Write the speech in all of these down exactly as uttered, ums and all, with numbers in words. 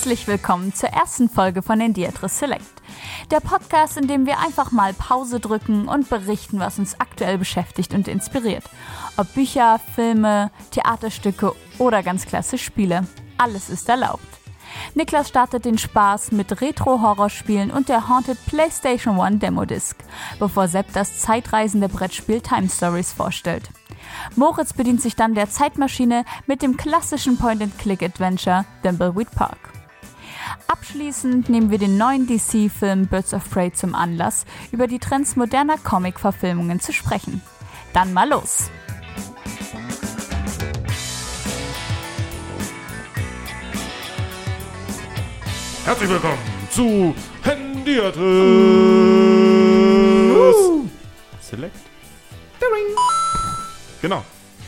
Herzlich willkommen zur ersten Folge von Hendiatris Select. Der Podcast, in dem wir einfach mal Pause drücken und berichten, was uns aktuell beschäftigt und inspiriert. Ob Bücher, Filme, Theaterstücke oder ganz klassisch Spiele. Alles ist erlaubt. Niklas startet den Spaß mit Retro-Horrorspielen und der Haunted PlayStation One Demo-Disc, bevor Sepp das zeitreisende Brettspiel Time Stories vorstellt. Moritz bedient sich dann der Zeitmaschine mit dem klassischen Point-and-Click-Adventure Thimbleweed Park. Abschließend nehmen wir den neuen D C-Film Birds of Prey zum Anlass, über die Trends moderner Comic-Verfilmungen zu sprechen. Dann mal los! Herzlich willkommen zu Hendiatris Select. Genau.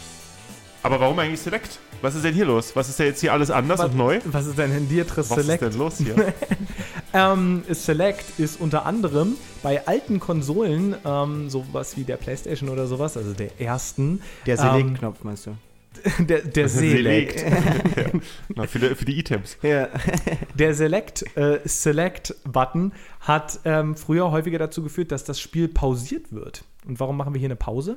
Aber warum eigentlich Select? Was ist denn hier los? Was ist denn jetzt hier alles anders was, und neu? Was ist denn Hendiatris Select? Was ist denn los hier? ähm, Select ist unter anderem bei alten Konsolen, ähm, sowas wie der PlayStation oder sowas, also der ersten. Der Select-Knopf ähm, meinst du? Der, der Select. ja. Na, für, die, für die Items. Ja. Der Select, äh, Select-Button hat ähm, früher häufiger dazu geführt, dass das Spiel pausiert wird. Und warum machen wir hier eine Pause?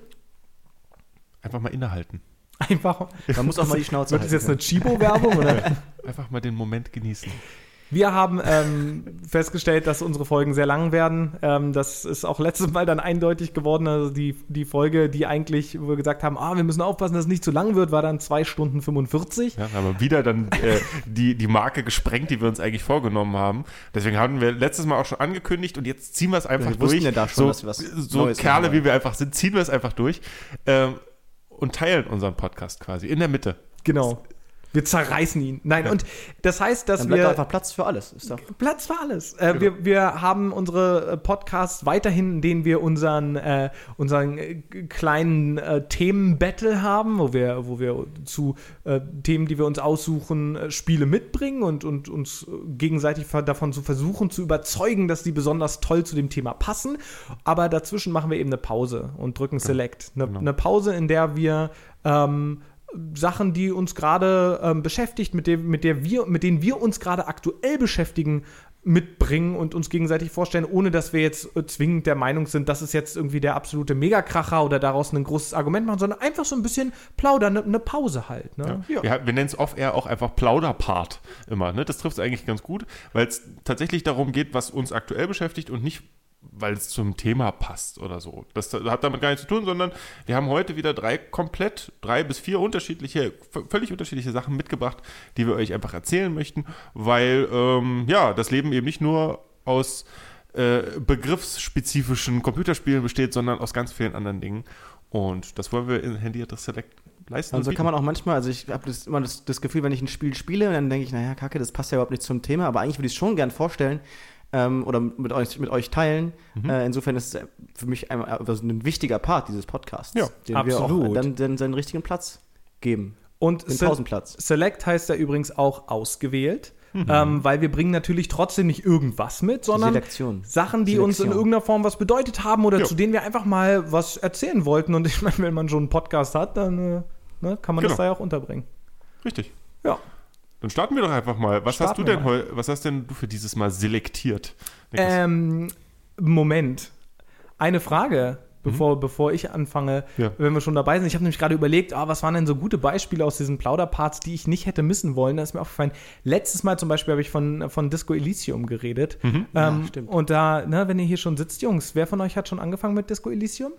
Einfach mal innehalten. Einfach. Man muss auch mal die Schnauze halten. Wird das jetzt eine Chibo-Werbung? Oder? Einfach mal den Moment genießen. Wir haben ähm, festgestellt, dass unsere Folgen sehr lang werden. Ähm, das ist auch letztes Mal dann eindeutig geworden. Also die, die Folge, die eigentlich, wo wir gesagt haben, ah, wir müssen aufpassen, dass es nicht zu lang wird, war dann zwei Stunden fünfundvierzig. Ja, aber wieder dann äh, die, die Marke gesprengt, die wir uns eigentlich vorgenommen haben. Deswegen hatten wir letztes Mal auch schon angekündigt und jetzt ziehen wir es einfach wir durch. Ja da schon, so dass wir was so Neues Kerle, wie wir einfach sind, ziehen wir es einfach durch ähm, und teilen unseren Podcast quasi in der Mitte. Genau. Wir zerreißen ihn. Nein, ja. Und das heißt, dass Dann bleibt wir... einfach Platz für alles. Ist doch Platz für alles. Äh, genau. wir, wir haben unsere Podcasts weiterhin, in denen wir unseren, äh, unseren äh, kleinen äh, Themen-Battle haben, wo wir, wo wir zu äh, Themen, die wir uns aussuchen, äh, Spiele mitbringen und, und uns gegenseitig davon zu versuchen, zu überzeugen, dass die besonders toll zu dem Thema passen. Aber dazwischen machen wir eben eine Pause und drücken Select. Eine, genau. eine Pause, in der wir... Ähm, Sachen, die uns gerade ähm, beschäftigt, mit, dem, mit, der wir, mit denen wir uns gerade aktuell beschäftigen, mitbringen und uns gegenseitig vorstellen, ohne dass wir jetzt äh, zwingend der Meinung sind, das ist jetzt irgendwie der absolute Megakracher oder daraus ein großes Argument machen, sondern einfach so ein bisschen plaudern, eine ne Pause halt. Ne? Ja. Ja. Wir, wir nennen es off-air auch einfach Plauderpart immer. Ne? Das trifft es eigentlich ganz gut, weil es tatsächlich darum geht, was uns aktuell beschäftigt und nicht weil es zum Thema passt oder so. Das hat damit gar nichts zu tun, sondern wir haben heute wieder drei komplett, drei bis vier unterschiedliche, völlig unterschiedliche Sachen mitgebracht, die wir euch einfach erzählen möchten, weil, ähm, ja, das Leben eben nicht nur aus äh, begriffsspezifischen Computerspielen besteht, sondern aus ganz vielen anderen Dingen. Und das wollen wir in Hendiatris Select leisten. Also kann man auch manchmal, also ich habe das, immer das, das Gefühl, wenn ich ein Spiel spiele, dann denke ich, naja, kacke, das passt ja überhaupt nicht zum Thema, aber eigentlich würde ich es schon gern vorstellen, Ähm, oder mit euch, mit euch teilen. Mhm. Äh, insofern ist es für mich ein, also ein wichtiger Part dieses Podcasts, ja, den absolut. wir auch dann, dann seinen richtigen Platz geben. Und den Se- Pausenplatz. Select heißt ja übrigens auch ausgewählt, mhm. ähm, weil wir bringen natürlich trotzdem nicht irgendwas mit, sondern Selektion. Sachen, die Selektion. uns in irgendeiner Form was bedeutet haben oder jo. zu denen wir einfach mal was erzählen wollten. Und ich meine, wenn man schon einen Podcast hat, dann äh, ne, kann man genau. das da ja auch unterbringen. Richtig. Ja. Dann starten wir doch einfach mal. Was starten hast du denn heute, was hast denn du für dieses Mal selektiert? Ähm, Moment. Eine Frage, bevor, mhm. bevor ich anfange, ja. wenn wir schon dabei sind. Ich habe nämlich gerade überlegt, ah, was waren denn so gute Beispiele aus diesen Plauderparts, die ich nicht hätte missen wollen. Da ist mir aufgefallen, letztes Mal zum Beispiel habe ich von, von Disco Elysium geredet. Mhm. Ähm, ja, stimmt. Und da, ne, wenn ihr hier schon sitzt, Jungs, wer von euch hat schon angefangen mit Disco Elysium?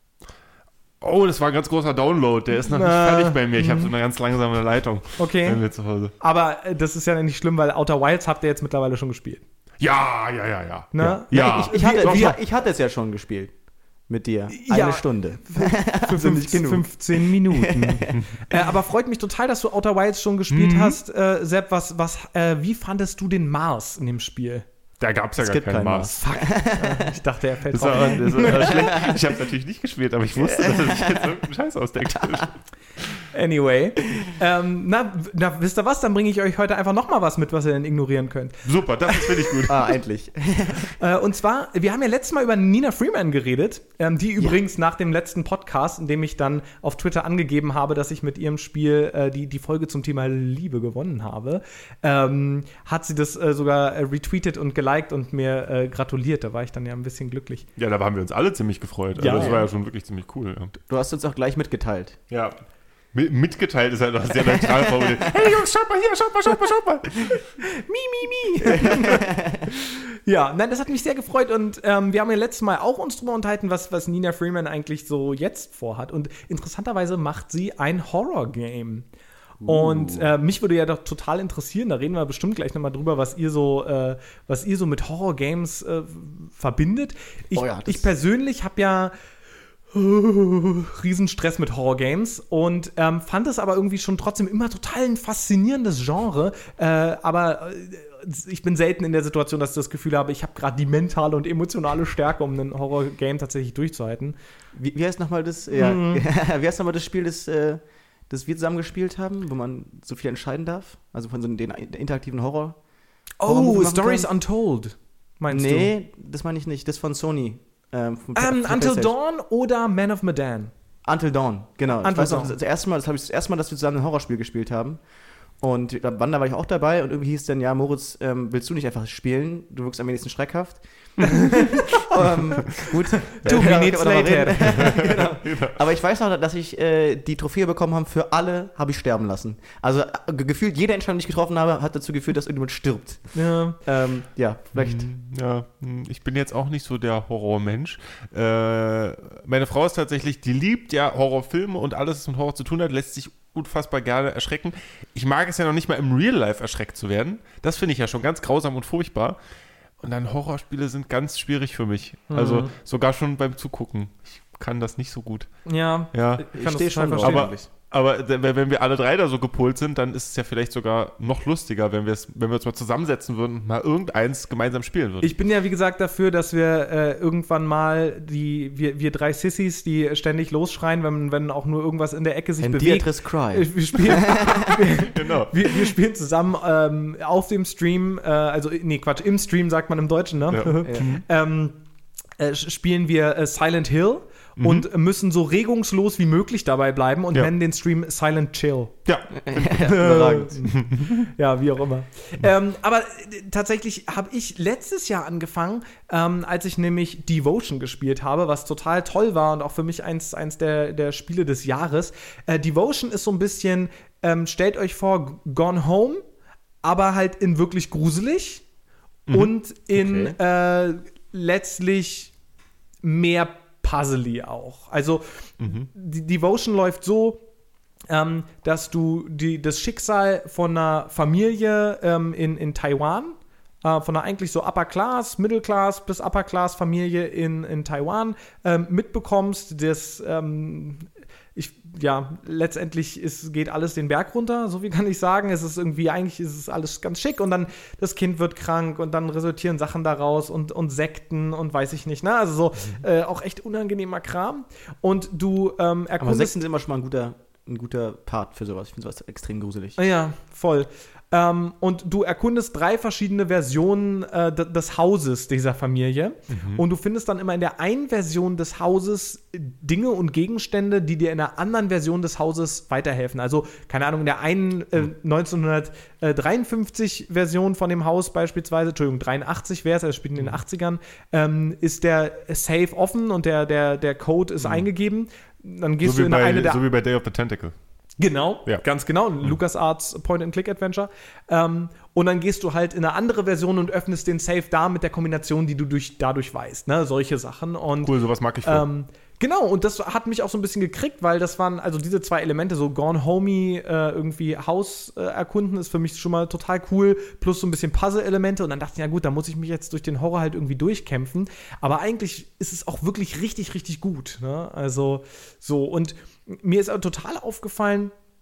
Oh, das war ein ganz großer Download. Der ist noch nicht äh, fertig bei mir. Ich habe so eine ganz langsame Leitung. Okay. Bei mir zu Hause. Aber äh, das ist ja nicht schlimm, weil Outer Wilds habt ihr jetzt mittlerweile schon gespielt. Ja, ja, ja, ja. Ne? Ja. ja. Ich, ich, hatte, wir, ich, ich hatte es ja schon gespielt. Mit dir. Eine Ja. Stunde. Für fünfzehn, fünfzehn Minuten. äh, aber freut mich total, dass du Outer Wilds schon gespielt mhm. hast. Äh, Sepp, was, was, äh, wie fandest du den Mars in dem Spiel? Da gab es ja Es gar gibt keinen keinen Mars. Fuck. Äh, ich dachte, er fällt Das drauf. war, das war schlecht. Ich habe es natürlich nicht gespielt, aber ich wusste, dass er sich jetzt irgendeinen Scheiß ausdenkt. Anyway. Ähm, na, na, wisst ihr was? Dann bringe ich euch heute einfach nochmal was mit, was ihr dann ignorieren könnt. Super, das finde ich gut. Ah, endlich. Äh, und zwar, wir haben ja letztes Mal über Nina Freeman geredet, ähm, die übrigens nach dem letzten Podcast, in dem ich dann auf Twitter angegeben habe, dass ich mit ihrem Spiel äh, die, die Folge zum Thema Liebe gewonnen habe, ähm, hat sie das äh, sogar äh, retweetet und geliked und mir äh, gratuliert. Da war ich dann ja ein bisschen glücklich. Ja, da haben wir uns alle ziemlich gefreut. Also Ja, das ja. war ja schon wirklich ziemlich cool. Ja. Du hast uns auch gleich mitgeteilt. Ja. Mi- Mitgeteilt ist halt noch sehr neutral formuliert. Hey Jungs, schaut mal hier, schaut mal, schaut mal, schaut mal. Mi, mi, mi. Ja, nein, das hat mich sehr gefreut und ähm, wir haben ja letztes Mal auch uns drüber unterhalten, was, was Nina Freeman eigentlich so jetzt vorhat. Und interessanterweise macht sie ein Horror-Game. Und äh, mich würde ja doch total interessieren, da reden wir bestimmt gleich nochmal drüber, was ihr so, äh, was ihr so mit Horror-Games äh, verbindet. Ich, Oh ja, das- ich persönlich habe ja uh, Riesenstress mit Horror-Games und ähm, fand es aber irgendwie schon trotzdem immer total ein faszinierendes Genre. Äh, aber äh, ich bin selten in der Situation, dass ich das Gefühl habe, ich habe gerade die mentale und emotionale Stärke, um ein Horror-Game tatsächlich durchzuhalten. Wie, wie heißt nochmal das? Ja. Wie heißt nochmal das Spiel, das, äh, das wir zusammen gespielt haben, wo man so viel entscheiden darf? Also von so den interaktiven Horror. Oh, Horror-Movie machen Stories können? Untold, meinst Nee, das meine ich nicht. Das von Sony. Ähm, von du? Ähm, von Until PlayStation. Dawn oder Man of Medan? Until Dawn, genau. Until ich weiß noch, Dawn. das, das erste Mal, das habe ich das erste Mal, dass wir zusammen ein Horrorspiel gespielt haben. Und da, wann, da war ich auch dabei und irgendwie hieß dann, ja, Moritz, ähm, willst du nicht einfach spielen? Du wirkst am wenigsten schreckhaft. ähm, gut. Two Äh, minutes können wir noch mal later. reden. genau. Aber ich weiß noch, dass ich äh, die Trophäe bekommen habe, für alle habe ich sterben lassen. Also äh, ge- gefühlt jede Entscheidung, die ich getroffen habe, hat dazu geführt, dass irgendjemand stirbt. Ja. Ähm, ja, vielleicht. Ja, ich bin jetzt auch nicht so der Horrormensch. Äh, meine Frau ist tatsächlich, die liebt ja Horrorfilme und alles, was mit Horror zu tun hat, lässt sich unfassbar gerne erschrecken. Ich mag es ja noch nicht mal im Real Life erschreckt zu werden. Das finde ich ja schon ganz grausam und furchtbar. Und dann Horrorspiele sind ganz schwierig für mich. Also sogar schon beim Zugucken. Ich kann das nicht so gut. Ja, Ja, ich kann steh das schon total drauf. verstehen. aber, aber d- wenn wir alle drei da so gepolt sind, dann ist es ja vielleicht sogar noch lustiger, wenn, wir's, wenn wir uns mal zusammensetzen würden und mal irgendeins gemeinsam spielen würden. Ich bin ja, wie gesagt, dafür, dass wir äh, irgendwann mal die, wir, wir drei Sissys, die ständig losschreien, wenn, wenn auch nur irgendwas in der Ecke sich And bewegt. Beatrice Cry. Äh, Wir spielen, genau. wir, wir spielen zusammen ähm, auf dem Stream, äh, also, nee, Quatsch, im Stream sagt man im Deutschen, ne? Ja. ähm, äh, spielen wir äh, Silent Hill und müssen so regungslos wie möglich dabei bleiben und Ja. nennen den Stream Silent Chill. Ja, Überragend. Ja, wie auch immer. ähm, aber äh, tatsächlich habe ich letztes Jahr angefangen, ähm, als ich nämlich Devotion gespielt habe, was total toll war und auch für mich eins, eins der, der Spiele des Jahres. Äh, Devotion ist so ein bisschen, ähm, stellt euch vor, Gone Home, aber halt in wirklich gruselig und in äh, letztlich mehr puzzly auch. Also die Devotion läuft so, ähm, dass du die, das Schicksal von einer Familie ähm, in, in Taiwan, äh, von einer eigentlich so Upper Class, Middle Class bis Upper Class Familie in, in Taiwan ähm, mitbekommst, das ähm, ich, ja, letztendlich ist, geht alles den Berg runter, so wie kann ich sagen. Es ist irgendwie, eigentlich ist es alles ganz schick und dann das Kind wird krank und dann resultieren Sachen daraus und, und Sekten und weiß ich nicht, ne? Also so äh, auch echt unangenehmer Kram. Und du ähm, Aber erkundest. Sekten sind immer schon mal ein guter, ein guter Part für sowas. Ich finde sowas extrem gruselig. Ja, voll. Ähm, und du erkundest drei verschiedene Versionen äh, d- des Hauses dieser Familie. Und du findest dann immer in der einen Version des Hauses Dinge und Gegenstände, die dir in der anderen Version des Hauses weiterhelfen. Also, keine Ahnung, in der einen äh, neunzehnhundertdreiundfünfzig Version von dem Haus beispielsweise, Entschuldigung, dreiundachtzig wäre es, also es spielt in den achtzigern, ähm, ist der Safe offen und der, der, der Code ist eingegeben. Dann gehst so, du wie in bei, eine der so wie bei Day of the Tentacle. Genau, Ja. ganz genau. Ein LucasArts Point-and-Click-Adventure. Ähm, und dann gehst du halt in eine andere Version und öffnest den Safe da mit der Kombination, die du durch, dadurch weißt. Ne? Solche Sachen. Und, Cool, sowas mag ich voll. ähm, genau, und das hat mich auch so ein bisschen gekriegt, weil das waren, also diese zwei Elemente, so Gone Homey, äh, irgendwie Haus äh, erkunden, ist für mich schon mal total cool, plus so ein bisschen Puzzle-Elemente. Und dann dachte ich, ja gut, da muss ich mich jetzt durch den Horror halt irgendwie durchkämpfen. Aber eigentlich ist es auch wirklich richtig, richtig gut. Ne? Also so, und mir ist auch total aufgefallen,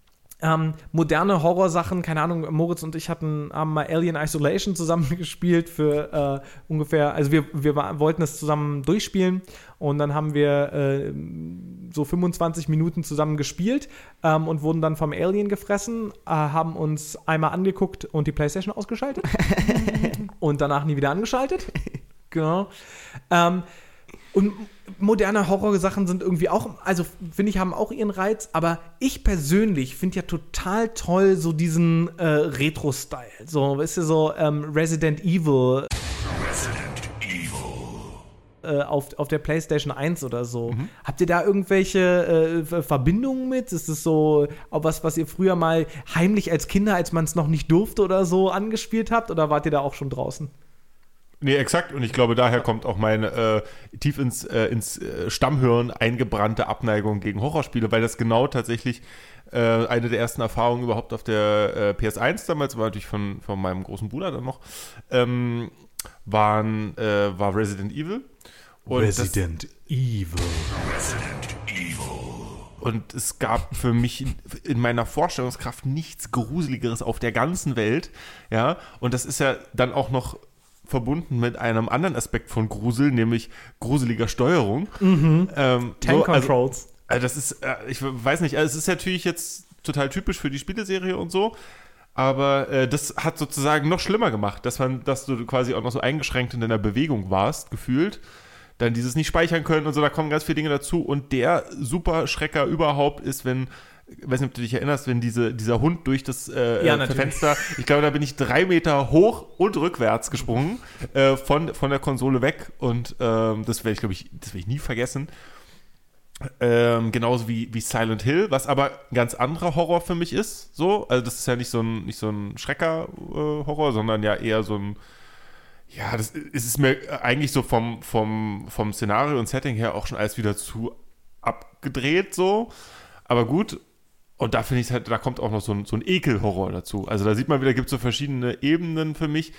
Ähm, moderne Horrorsachen, keine Ahnung, Moritz und ich hatten haben mal Alien Isolation zusammen gespielt für äh, ungefähr, also wir, wir war, wollten es zusammen durchspielen und dann haben wir äh, so fünfundzwanzig Minuten zusammen gespielt ähm, und wurden dann vom Alien gefressen, äh, haben uns einmal angeguckt und die PlayStation ausgeschaltet und danach nie wieder angeschaltet. Genau. Ähm, und moderne Horrorsachen sind irgendwie auch, also finde ich, haben auch ihren Reiz, aber ich persönlich finde ja total toll so diesen äh, Retro-Style. So, weißt du, so ähm, Resident Evil. Resident Evil. Äh, auf, auf der PlayStation eins oder so. Mhm. Habt ihr da irgendwelche äh, Verbindungen mit? Ist es so auch was, was ihr früher mal heimlich als Kinder, als man es noch nicht durfte oder so, angespielt habt? Oder wart ihr da auch schon draußen? Nee, exakt. Und ich glaube, daher kommt auch meine äh, tief ins, äh, ins äh, Stammhirn eingebrannte Abneigung gegen Horrorspiele, weil das genau tatsächlich äh, eine der ersten Erfahrungen überhaupt auf der äh, P S eins damals, war natürlich von, von meinem großen Bruder dann noch, ähm, waren, äh, war Resident Evil. Und Resident das, Evil. Resident Evil. Und es gab für mich in meiner Vorstellungskraft nichts Gruseligeres auf der ganzen Welt. Ja, und das ist ja dann auch noch verbunden mit einem anderen Aspekt von Grusel, nämlich gruseliger Steuerung. Mhm. Ähm, Tank so, also, Controls. Also das ist, äh, ich weiß nicht, also es ist natürlich jetzt total typisch für die Spieleserie und so, aber äh, das hat sozusagen noch schlimmer gemacht, dass man, dass du quasi auch noch so eingeschränkt in deiner Bewegung warst, gefühlt. Dann dieses nicht speichern können und so, da kommen ganz viele Dinge dazu. Und der super Schrecker überhaupt ist, wenn, ich weiß nicht, ob du dich erinnerst, wenn diese, dieser Hund durch das äh, ja, Fenster, ich glaube, da bin ich drei Meter hoch und rückwärts gesprungen, äh, von, von der Konsole weg. Und ähm, das werde ich, glaube ich, das werde ich nie vergessen. Ähm, genauso wie, wie Silent Hill, was aber ein ganz anderer Horror für mich ist. So. Also das ist ja nicht so ein, nicht so ein Schrecker-Horror, äh, sondern ja eher so ein, ja, das ist es mir eigentlich so vom, vom, vom Szenario und Setting her auch schon alles wieder zu abgedreht so. Aber gut. Und da finde ich halt, da kommt auch noch so ein, so ein Ekel-Horror dazu. Also da sieht man wieder, gibt es so verschiedene Ebenen für mich.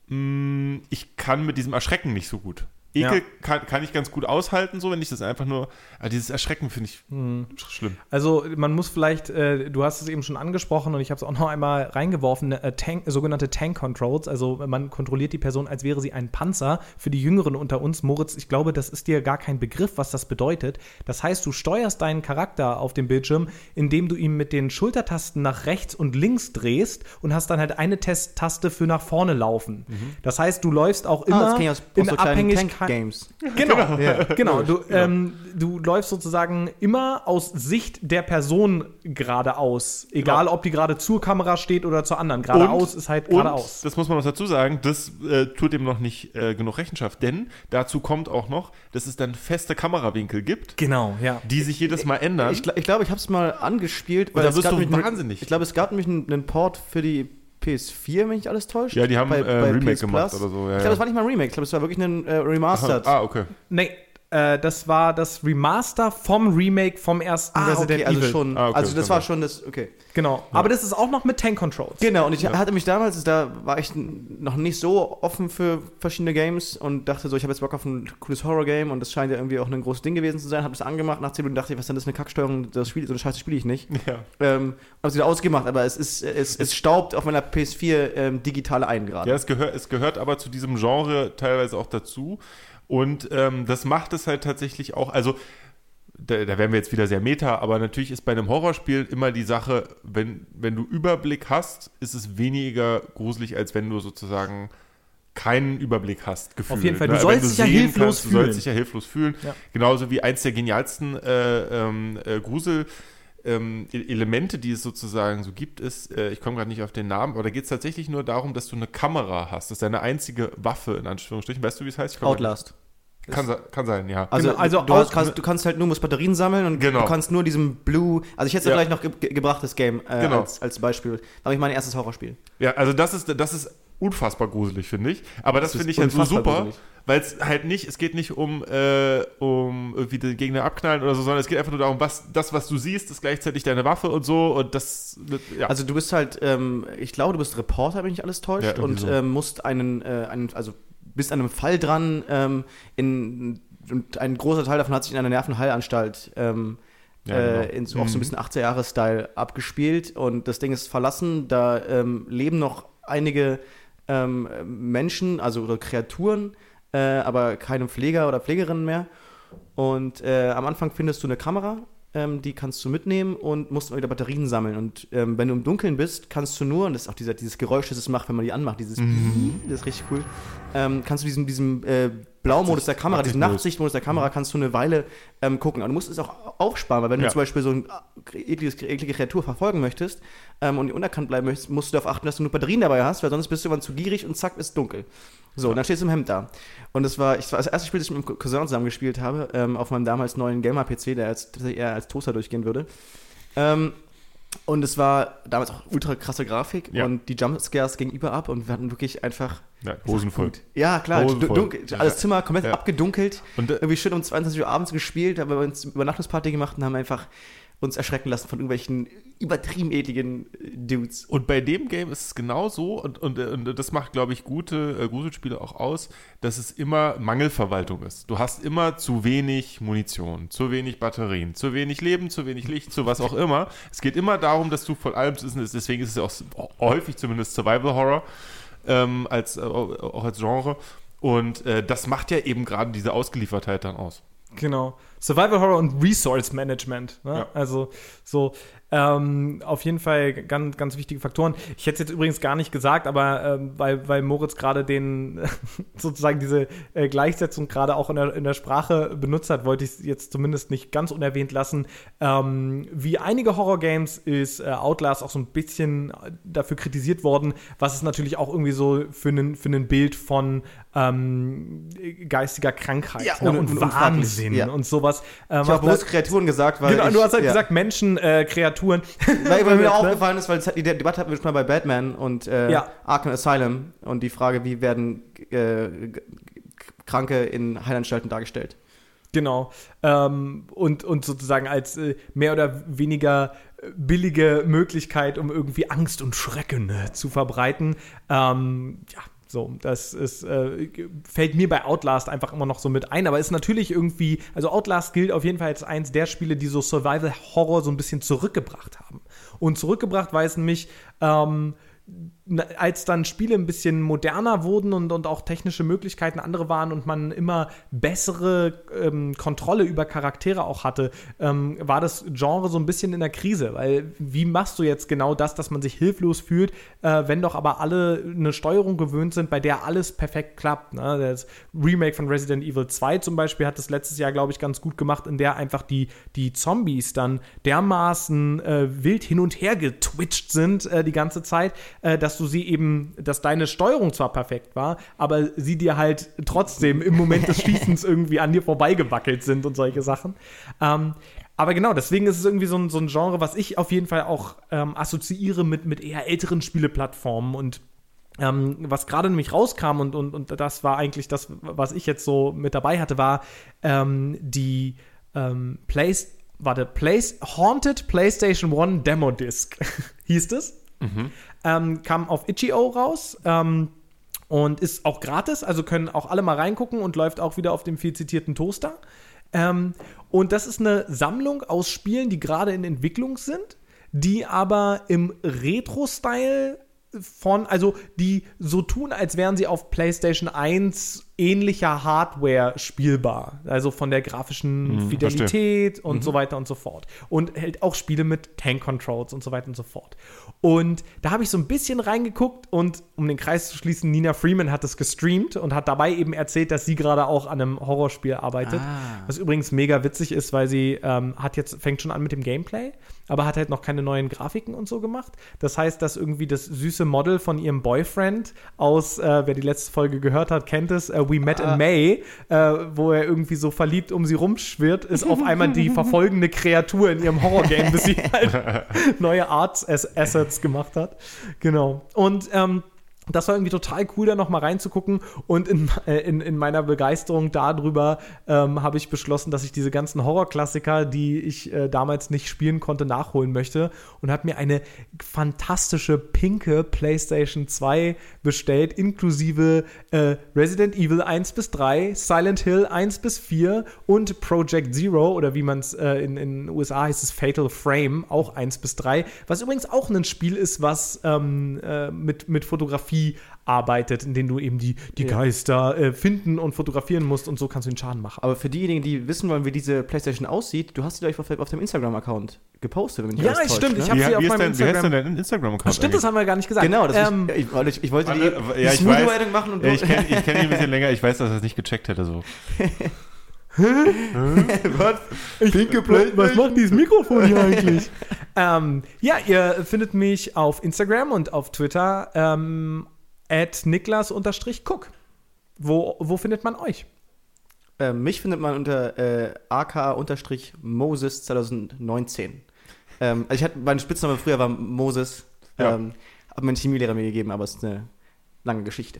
Ich kann mit diesem Erschrecken nicht so gut. Ekel ja. kann, kann ich ganz gut aushalten, so, wenn ich das einfach nur, aber dieses Erschrecken finde ich hm. schlimm. Also man muss vielleicht, äh, du hast es eben schon angesprochen und ich habe es auch noch einmal reingeworfen, äh, Tank, sogenannte Tank Controls, also man kontrolliert die Person, als wäre sie ein Panzer. Für die Jüngeren unter uns, Moritz, ich glaube, das ist dir gar kein Begriff, was das bedeutet. Das heißt, du steuerst deinen Charakter auf dem Bildschirm, indem du ihn mit den Schultertasten nach rechts und links drehst und hast dann halt eine Test- Taste für nach vorne laufen. Mhm. Das heißt, du läufst auch immer ah, das aus, in so Abhängigkeit Games. Genau, ja. genau. Du, ähm, du läufst sozusagen immer aus Sicht der Person geradeaus. Egal, genau. ob die gerade zur Kamera steht oder zur anderen. Geradeaus ist halt geradeaus. Das muss man noch dazu sagen, das äh, tut dem noch nicht äh, genug Rechenschaft, denn dazu kommt auch noch, dass es dann feste Kamerawinkel gibt. Genau, ja. Die sich jedes Mal ändern. Ich, ich, ich glaube, ich habe es mal angespielt. Weil da wirst du wahnsinnig. Eine, ich glaube, es gab nämlich einen, einen Port für die P S vier, wenn ich alles täuscht. Ja, die haben bei, äh, bei Remake P S gemacht Plus. oder so. Ja, ich glaube, das war nicht mal ein Remake. Ich glaube, es war wirklich ein äh, Remastered. Aha. Ah, okay. Nee, äh, das war das Remaster vom Remake vom ersten ah, Resident okay, also Evil. Schon, ah, okay, also das war schon das, okay. Genau, ja. Aber das ist auch noch mit Tank Controls. Genau, und ich ja. hatte mich damals, da war ich noch nicht so offen für verschiedene Games und dachte so, ich habe jetzt Bock auf ein cooles Horror-Game und das scheint ja irgendwie auch ein großes Ding gewesen zu sein. Habe das angemacht, nach zehn Minuten dachte ich, was denn das ist eine Kacksteuerung, das Spiel, so eine Scheiße spiele ich nicht. Ja. Ähm, habe es wieder ausgemacht, aber es ist, es, es staubt auf meiner P S vier ähm, digitale ein gerade. Ja, es gehört, es gehört aber zu diesem Genre teilweise auch dazu. Und ähm, das macht es halt tatsächlich auch, also da, da wären wir jetzt wieder sehr meta, aber natürlich ist bei einem Horrorspiel immer die Sache, wenn, wenn du Überblick hast, ist es weniger gruselig, als wenn du sozusagen keinen Überblick hast, gefühlt. Auf jeden Fall, du sollst dich ja hilflos kannst, fühlen. Du sollst dich ja hilflos fühlen. Ja. Genauso wie eins der genialsten äh, ähm, äh, Grusel- Ähm, Elemente, die es sozusagen so gibt, ist, äh, ich komme gerade nicht auf den Namen, aber da geht es tatsächlich nur darum, dass du eine Kamera hast. Das ist deine einzige Waffe, in Anführungsstrichen. Weißt du, wie es heißt? Ich Outlast. Kann, kann sein, ja. Also, genau, also du, hast, kannst, du kannst halt nur musst Batterien sammeln und genau. du kannst nur diesem Blue, also ich hätte es ja. gleich noch ge- gebracht, das Game, äh, genau. als, als Beispiel. Da habe ich mein erstes Horrorspiel. Ja, also das ist, das ist unfassbar gruselig, finde ich. Aber das, das finde ich halt so super, weil es halt nicht, es geht nicht um, äh, um irgendwie den Gegner abknallen oder so, sondern es geht einfach nur darum, was, das, was du siehst, ist gleichzeitig deine Waffe und so und das, ja. Also du bist halt, ähm, ich glaube, du bist Reporter, wenn mich alles täuscht ja, und so. ähm, musst einen, äh, einen, also bist an einem Fall dran, ähm, in, und ein großer Teil davon hat sich in einer Nervenheilanstalt ähm, Ja, genau. äh, in so, auch so ein bisschen achtziger-Jahre-Style abgespielt und das Ding ist verlassen. Da ähm, leben noch einige ähm, Menschen, also oder Kreaturen, äh, aber keine Pfleger oder Pflegerinnen mehr. Und äh, am Anfang findest du eine Kamera, ähm, die kannst du mitnehmen und musst immer wieder Batterien sammeln. Und ähm, wenn du im Dunkeln bist, kannst du nur, und das ist auch dieser, dieses Geräusch, das es macht, wenn man die anmacht, dieses mhm. das ist richtig cool, ähm, kannst du diesen, diesen äh, Blaumodus der Kamera, diesen Nachtsichtmodus der Kamera, kannst du eine Weile ähm, gucken. Aber du musst es auch aufsparen, weil wenn ja. du zum Beispiel so eine eklige, eklige Kreatur verfolgen möchtest ähm, und unerkannt bleiben möchtest, musst du darauf achten, dass du nur Batterien dabei hast, weil sonst bist du irgendwann zu gierig und zack, ist dunkel. So, und dann stehst du im Hemd da. Und das war, ich, das war das erste Spiel, das ich mit meinem Cousin zusammen gespielt habe, ähm, auf meinem damals neuen Gamer-P C, der als, eher als Toaster durchgehen würde. Ähm, und es war damals auch ultra krasse Grafik ja. und die Jumpscares gingen überall ab und wir hatten wirklich einfach ja, Hosen voll. Ja, klar, Hosen voll. Dunkel, alles Zimmer komplett ja. abgedunkelt. Und, äh, irgendwie schön um zweiundzwanzig Uhr abends gespielt, haben wir uns Übernachtungsparty gemacht und haben einfach uns erschrecken lassen von irgendwelchen übertrieben ekligen Dudes. Und bei dem Game ist es genau so, und, und, und das macht, glaube ich, gute äh, Gruselspiele auch aus, dass es immer Mangelverwaltung ist. Du hast immer zu wenig Munition, zu wenig Batterien, zu wenig Leben, zu wenig Licht, zu was auch immer. Es geht immer darum, dass du von allem, deswegen ist es ja auch häufig zumindest Survival Horror, ähm, als, äh, auch als Genre. Und äh, das macht ja eben gerade diese Ausgeliefertheit dann aus. Genau. Survival Horror und Resource Management. Ne? Ja. Also so ähm, auf jeden Fall ganz, ganz wichtige Faktoren. Ich hätte es jetzt übrigens gar nicht gesagt, aber ähm, weil, weil Moritz gerade den sozusagen diese äh, Gleichsetzung gerade auch in der, in der Sprache benutzt hat, wollte ich es jetzt zumindest nicht ganz unerwähnt lassen. Ähm, wie einige Horror-Games ist äh, Outlast auch so ein bisschen dafür kritisiert worden, was es natürlich auch irgendwie so für ein für ein Bild von ähm, geistiger Krankheit ja, ne? und, und, und Wahnsinn ja. und sowas. Ähm, ich habe bewusst Kreaturen gesagt, weil genau, ich, du hast halt ja. gesagt Menschen, äh, Kreaturen. Weil, weil mir auch aufgefallen ist, weil es, die Debatte hatten wir schon mal bei Batman und äh, ja. Arkham Asylum und die Frage, wie werden äh, Kranke in Heilanstalten dargestellt. Genau. Ähm, und, und sozusagen als äh, mehr oder weniger billige Möglichkeit, um irgendwie Angst und Schrecken äh, zu verbreiten. Ähm, ja. So, das ist, äh, fällt mir bei Outlast einfach immer noch so mit ein, aber ist natürlich irgendwie, also Outlast gilt auf jeden Fall als eins der Spiele, die so Survival-Horror so ein bisschen zurückgebracht haben. Und zurückgebracht weiß nämlich, ähm, als dann Spiele ein bisschen moderner wurden und, und auch technische Möglichkeiten andere waren und man immer bessere ähm, Kontrolle über Charaktere auch hatte, ähm, war das Genre so ein bisschen in der Krise, weil wie machst du jetzt genau das, dass man sich hilflos fühlt, äh, wenn doch aber alle eine Steuerung gewöhnt sind, bei der alles perfekt klappt, ne? Das Remake von Resident Evil zwei zum Beispiel hat das letztes Jahr, glaube ich, ganz gut gemacht, in der einfach die, die Zombies dann dermaßen äh, wild hin und her getwitcht sind äh, die ganze Zeit, äh, dass du sie eben, dass deine Steuerung zwar perfekt war, aber sie dir halt trotzdem im Moment des Schießens irgendwie an dir vorbeigewackelt sind und solche Sachen. Ähm, aber genau, deswegen ist es irgendwie so ein, so ein Genre, was ich auf jeden Fall auch ähm, assoziiere mit, mit eher älteren Spieleplattformen und ähm, was gerade nämlich rauskam und, und, und das war eigentlich das, was ich jetzt so mit dabei hatte, war ähm, die ähm, Place, warte, Place, Haunted PlayStation One Demo Disc hieß es. Mhm. Ähm, kam auf itch punkt io raus ähm, und ist auch gratis, also können auch alle mal reingucken und läuft auch wieder auf dem viel zitierten Toaster. Ähm, und das ist eine Sammlung aus Spielen, die gerade in Entwicklung sind, die aber im Retro-Style von, also die so tun, als wären sie auf PlayStation eins ähnlicher Hardware spielbar. Also von der grafischen hm, Fidelität verstehe. und mhm. so weiter und so fort. Und hält auch Spiele mit Tank-Controls und so weiter und so fort. Und da habe ich so ein bisschen reingeguckt und, um den Kreis zu schließen, Nina Freeman hat es gestreamt und hat dabei eben erzählt, dass sie gerade auch an einem Horrorspiel arbeitet. Ah. Was übrigens mega witzig ist, weil sie ähm, hat jetzt, fängt schon an mit dem Gameplay, aber hat halt noch keine neuen Grafiken und so gemacht. Das heißt, dass irgendwie das süße Model von ihrem Boyfriend aus, äh, wer die letzte Folge gehört hat, kennt es, äh, We Met ah. in May, äh, wo er irgendwie so verliebt um sie rumschwirrt, ist auf einmal die verfolgende Kreatur in ihrem Horrorgame, bis sie halt neue Art-Assets gemacht hat. Genau. Und ähm, Das war irgendwie total cool, da nochmal reinzugucken. Und in, äh, in, in meiner Begeisterung darüber ähm, habe ich beschlossen, dass ich diese ganzen Horrorklassiker, die ich äh, damals nicht spielen konnte, nachholen möchte. Und habe mir eine fantastische pinke PlayStation zwei bestellt, inklusive äh, Resident Evil eins bis drei, Silent Hill eins bis vier und Project Zero, oder wie man es äh, in den U S A heißt, es Fatal Frame, auch eins bis drei. Was übrigens auch ein Spiel ist, was ähm, äh, mit, mit Fotografie arbeitet, in denen du eben die, die Ja. Geister äh, finden und fotografieren musst und so kannst du den Schaden machen. Aber für diejenigen, die wissen wollen, wie diese PlayStation aussieht, du hast sie euch auf, auf dem Instagram-Account gepostet. Wenn mich Ja, alles täuscht, stimmt, ne? ich hab Wie, sie auf wie, ist meinem denn, wie heißt Instagram- denn dein Instagram-Account? Stimmt, das haben wir gar nicht gesagt. Genau, das ähm, ich, ich, ich wollte die, Warte, die ja, ich Smooth-Überleitung machen und Ja, du. ich kenne ich kenn ihn ein bisschen länger, ich weiß, dass er es nicht gecheckt hätte. So. Was? Pinke Was macht dieses Mikrofon hier eigentlich? ähm, ja, ihr findet mich auf Instagram und auf Twitter ähm, at niklas-cook. Wo, wo findet man euch? Äh, mich findet man unter äh, A K-Moses zwanzig neunzehn. Ähm, also ich hatte, mein Spitzname früher war Moses. Ja. Ähm, hat mein Chemielehrer mir gegeben, aber es ist eine lange Geschichte.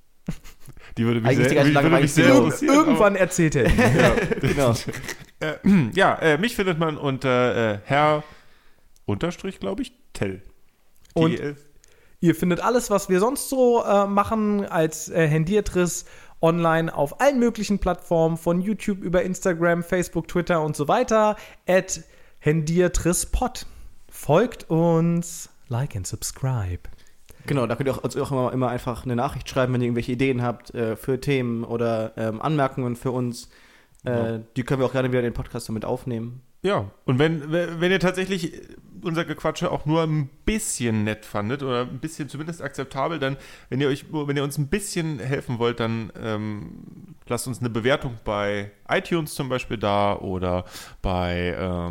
Die würde mich Eigentlich sehr, die mich würde mich sehr Irg- interessieren. Irgendwann erzählt er ihn. Genau. Äh, ja, äh, mich findet man unter äh, Herr Unterstrich, glaube ich, Tell. Und T E L. ihr findet alles, was wir sonst so äh, machen, als äh, Hendiertriss online auf allen möglichen Plattformen, von YouTube über Instagram, Facebook, Twitter und so weiter, at hendiertrisspod. Folgt uns, like and subscribe. Genau, da könnt ihr auch, uns auch immer, immer einfach eine Nachricht schreiben, wenn ihr irgendwelche Ideen habt äh, für Themen oder ähm, Anmerkungen für uns. Äh, Ja. Die können wir auch gerne wieder in den Podcast damit aufnehmen. Ja, und wenn, wenn ihr tatsächlich unser Gequatsche auch nur ein bisschen nett fandet oder ein bisschen zumindest akzeptabel, dann, wenn ihr euch, wenn ihr uns ein bisschen helfen wollt, dann ähm, lasst uns eine Bewertung bei iTunes zum Beispiel da oder bei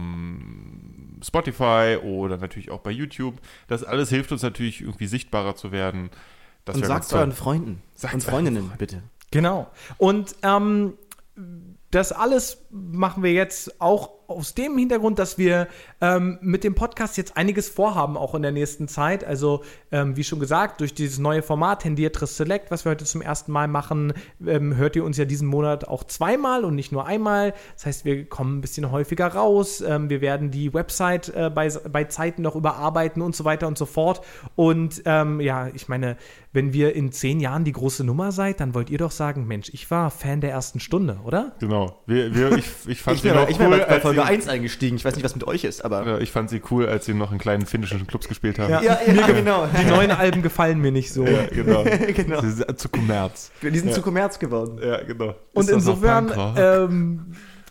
ähm, Spotify oder natürlich auch bei YouTube. Das alles hilft uns natürlich irgendwie sichtbarer zu werden. Das Und wär sagt ganz toll. euren Freunden Sagt's und Freundinnen, bitte. Genau. Und ähm, das alles machen wir jetzt auch aus dem Hintergrund, dass wir ähm, mit dem Podcast jetzt einiges vorhaben, auch in der nächsten Zeit. Also, ähm, wie schon gesagt, durch dieses neue Format Hendiertriss Select, was wir heute zum ersten Mal machen, ähm, hört ihr uns ja diesen Monat auch zweimal und nicht nur einmal. Das heißt, wir kommen ein bisschen häufiger raus. Ähm, wir werden die Website äh, bei, bei Zeiten noch überarbeiten und so weiter und so fort. Und ähm, ja, ich meine, wenn wir in zehn Jahren die große Nummer seid, dann wollt ihr doch sagen, Mensch, ich war Fan der ersten Stunde, oder? Genau. Wir, wir, ich, ich fand Ich sie wäre noch ich wär cool, bei, bei als Folge sie, eins eingestiegen. Ich weiß nicht, was mit euch ist, aber. ja, ich fand sie cool, als sie noch in kleinen finnischen Clubs gespielt haben. Ja. Ja, ja, genau. Die neuen Alben gefallen mir nicht so. Ja, genau. Genau. Sie sind zu Kommerz. Die sind Ja. zu Kommerz geworden. Ja, genau. Und Ist das noch insofern, Punkrock? ähm,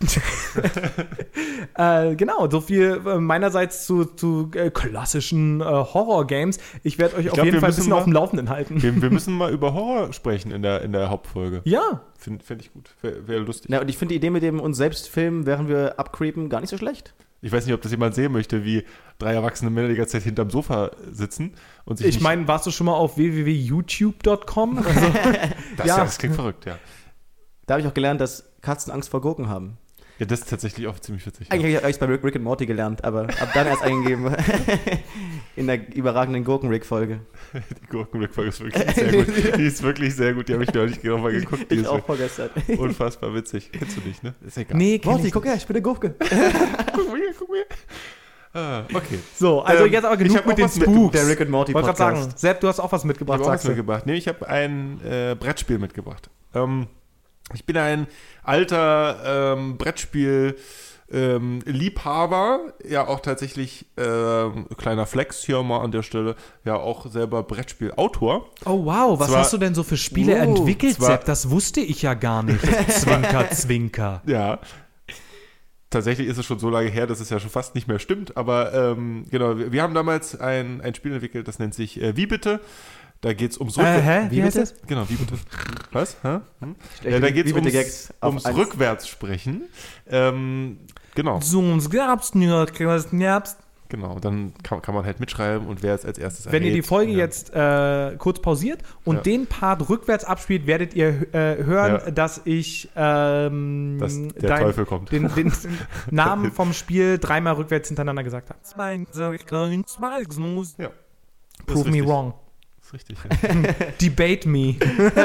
äh, genau, so viel äh, meinerseits zu, zu äh, klassischen äh, Horror-Games. Ich werde euch auf glaub, jeden wir Fall ein müssen bisschen mal- auf dem Laufenden halten. wir, wir müssen mal über Horror sprechen in der, in der Hauptfolge. Ja, Finde find ich gut. Wäre wär lustig. Ja, und ich finde die Idee mit dem uns selbst filmen, während wir abcreepen, gar nicht so schlecht. Ich weiß nicht, ob das jemand sehen möchte, wie drei erwachsene Männer die ganze Zeit hinterm Sofa sitzen und sich ich nicht- meine, warst du schon mal auf w w w punkt youtube punkt com? Also, das, ja. ja, das klingt verrückt, ja. Da habe ich auch gelernt, dass Katzen Angst vor Gurken haben. Ja, das ist tatsächlich auch ziemlich witzig. Eigentlich habe ich es bei Rick, Rick and Morty gelernt, aber ab dann erst eingegeben in der überragenden Gurken-Rick-Folge. Ja. Die Gurkenblick-Folge ist wirklich sehr gut. Die ist wirklich sehr gut. Die habe ich neulich nochmal geguckt. Die Ich ist auch vorgestern. unfassbar witzig. Kennst du nicht, ne? Ist egal. nee, kenn Morty, ich guck her, ich bin eine Gurke. guck mal hier, guck mal hier. Ah, okay. So, also Ähm, jetzt aber ich genug hab mit auch den was mit- Spooks. Der Rick and Morty Ich wollte gerade Podcast. sagen, Sepp, du hast auch was Ich mitgebracht, habe auch was sagst du. mitgebracht. Nee, ich habe ein äh, Brettspiel mitgebracht. Ähm, ich bin ein alter ähm, Brettspiel- ähm, Liebhaber, ja auch tatsächlich ähm, kleiner Flex hier mal an der Stelle, ja auch selber Brettspielautor. Oh wow, was Zwar- hast du denn so für Spiele Uh, entwickelt, zwar- Sepp? Das wusste ich ja gar nicht. Zwinker, zwinker. Ja. Tatsächlich ist es schon so lange her, dass es ja schon fast nicht mehr stimmt, aber ähm, genau, wir, wir haben damals ein, ein Spiel entwickelt, das nennt sich äh, Wie bitte? Da geht es ums Äh, Rückwärts. hä? Wie Wie heißt bitte? das? Genau, wie bitte? Was? Hä? Hm? Wie Ja, da geht es bitte ums, Gags auf ums eins. Rückwärtssprechen. Ähm, genau, So, uns gab's nur, gab's. genau. Dann kann, kann man halt mitschreiben und wer es als erstes Wenn ihr die errät, Folge ja. jetzt äh, kurz pausiert und Ja. den Part rückwärts abspielt, werdet ihr äh, hören, Ja. dass ich ähm, Dass der Teufel kommt. Den, den Namen vom Spiel dreimal rückwärts hintereinander gesagt habe. Ja. Prove me wrong. richtig. Ja. Debate me.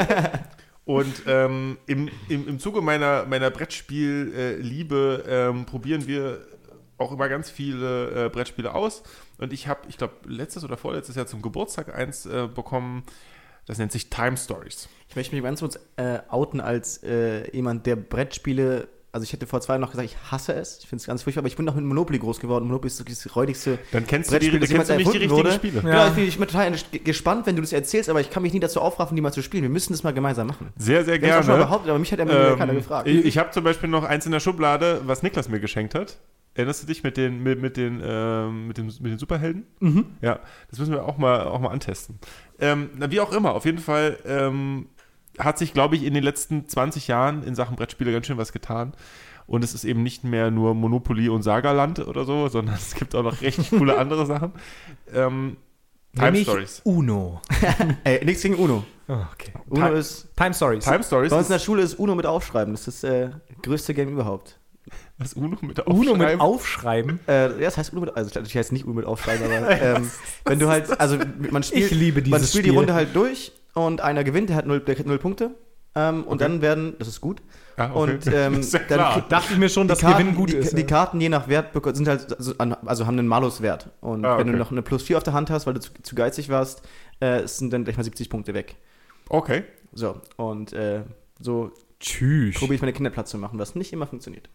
Und ähm, im, im, im Zuge meiner, meiner Brettspiel-Liebe ähm, probieren wir auch immer ganz viele äh, Brettspiele aus. Und ich habe, ich glaube, letztes oder vorletztes Jahr zum Geburtstag eins äh, bekommen. Das nennt sich Time Stories. Ich möchte mich ganz kurz äh, outen als äh, jemand, der Brettspiele, also ich hätte vor zwei Jahren noch gesagt, ich hasse es. Ich finde es ganz furchtbar, aber ich bin noch mit Monopoly groß geworden. Monopoly ist wirklich das räudigste Dann kennst du, die, Brettspiel, dann das kennst du jemals nicht die erfunden richtigen wurde. Spiele. Ja. Ja, ich bin, ich bin total ges- gespannt, wenn du das erzählst, aber ich kann mich nie dazu aufraffen, die mal zu spielen. Wir müssen das mal gemeinsam machen. Sehr, sehr Wir haben es auch schon mal gerne. behauptet, aber mich hat immer Ähm, keiner gefragt. ich ich habe zum Beispiel noch eins in der Schublade, was Niklas mir geschenkt hat. Erinnerst du dich mit den, mit, mit den, ähm, mit den, mit den Superhelden? Mhm. Ja, das müssen wir auch mal, auch mal antesten. Ähm, na, wie auch immer, auf jeden Fall ähm, hat sich, glaube ich, in den letzten zwanzig Jahren in Sachen Brettspiele ganz schön was getan. Und es ist eben nicht mehr nur Monopoly und Sagaland oder so, sondern es gibt auch noch recht coole andere Sachen. Ähm, Time Nämlich Stories. Uno. Ey, nichts gegen Uno. Oh, okay. Uno Time- ist, Time Stories. Time Stories bei uns in der ist Schule ist Uno mit Aufschreiben. Das ist das äh, größte Game überhaupt. das Uno mit Uno mit Aufschreiben. Aufschreiben. Äh, ja, das heißt Uno mit, also ich heißt nicht Uno mit Aufschreiben, aber ähm, wenn du halt, also man spielt, Ich liebe man dieses spielt die Spiel. Runde halt durch und einer gewinnt, der hat null, der kriegt null Punkte. Ähm, und Okay. dann werden, das ist gut. Ah, okay. Und ähm, Ist ja dann klar. kriegt- Dachte ich mir schon, dass die Karten, Gewinn gut die, ist. die ja. Karten je nach Wert beko- sind halt, also, an- also haben einen Malus-Wert. Und Ah, wenn du okay. noch eine Plus vier auf der Hand hast, weil du zu, zu geizig warst, äh, sind dann gleich mal siebzig Punkte weg. Okay. So, und äh, so Tschüss. probiere ich meine Kinder platt zu machen, was nicht immer funktioniert.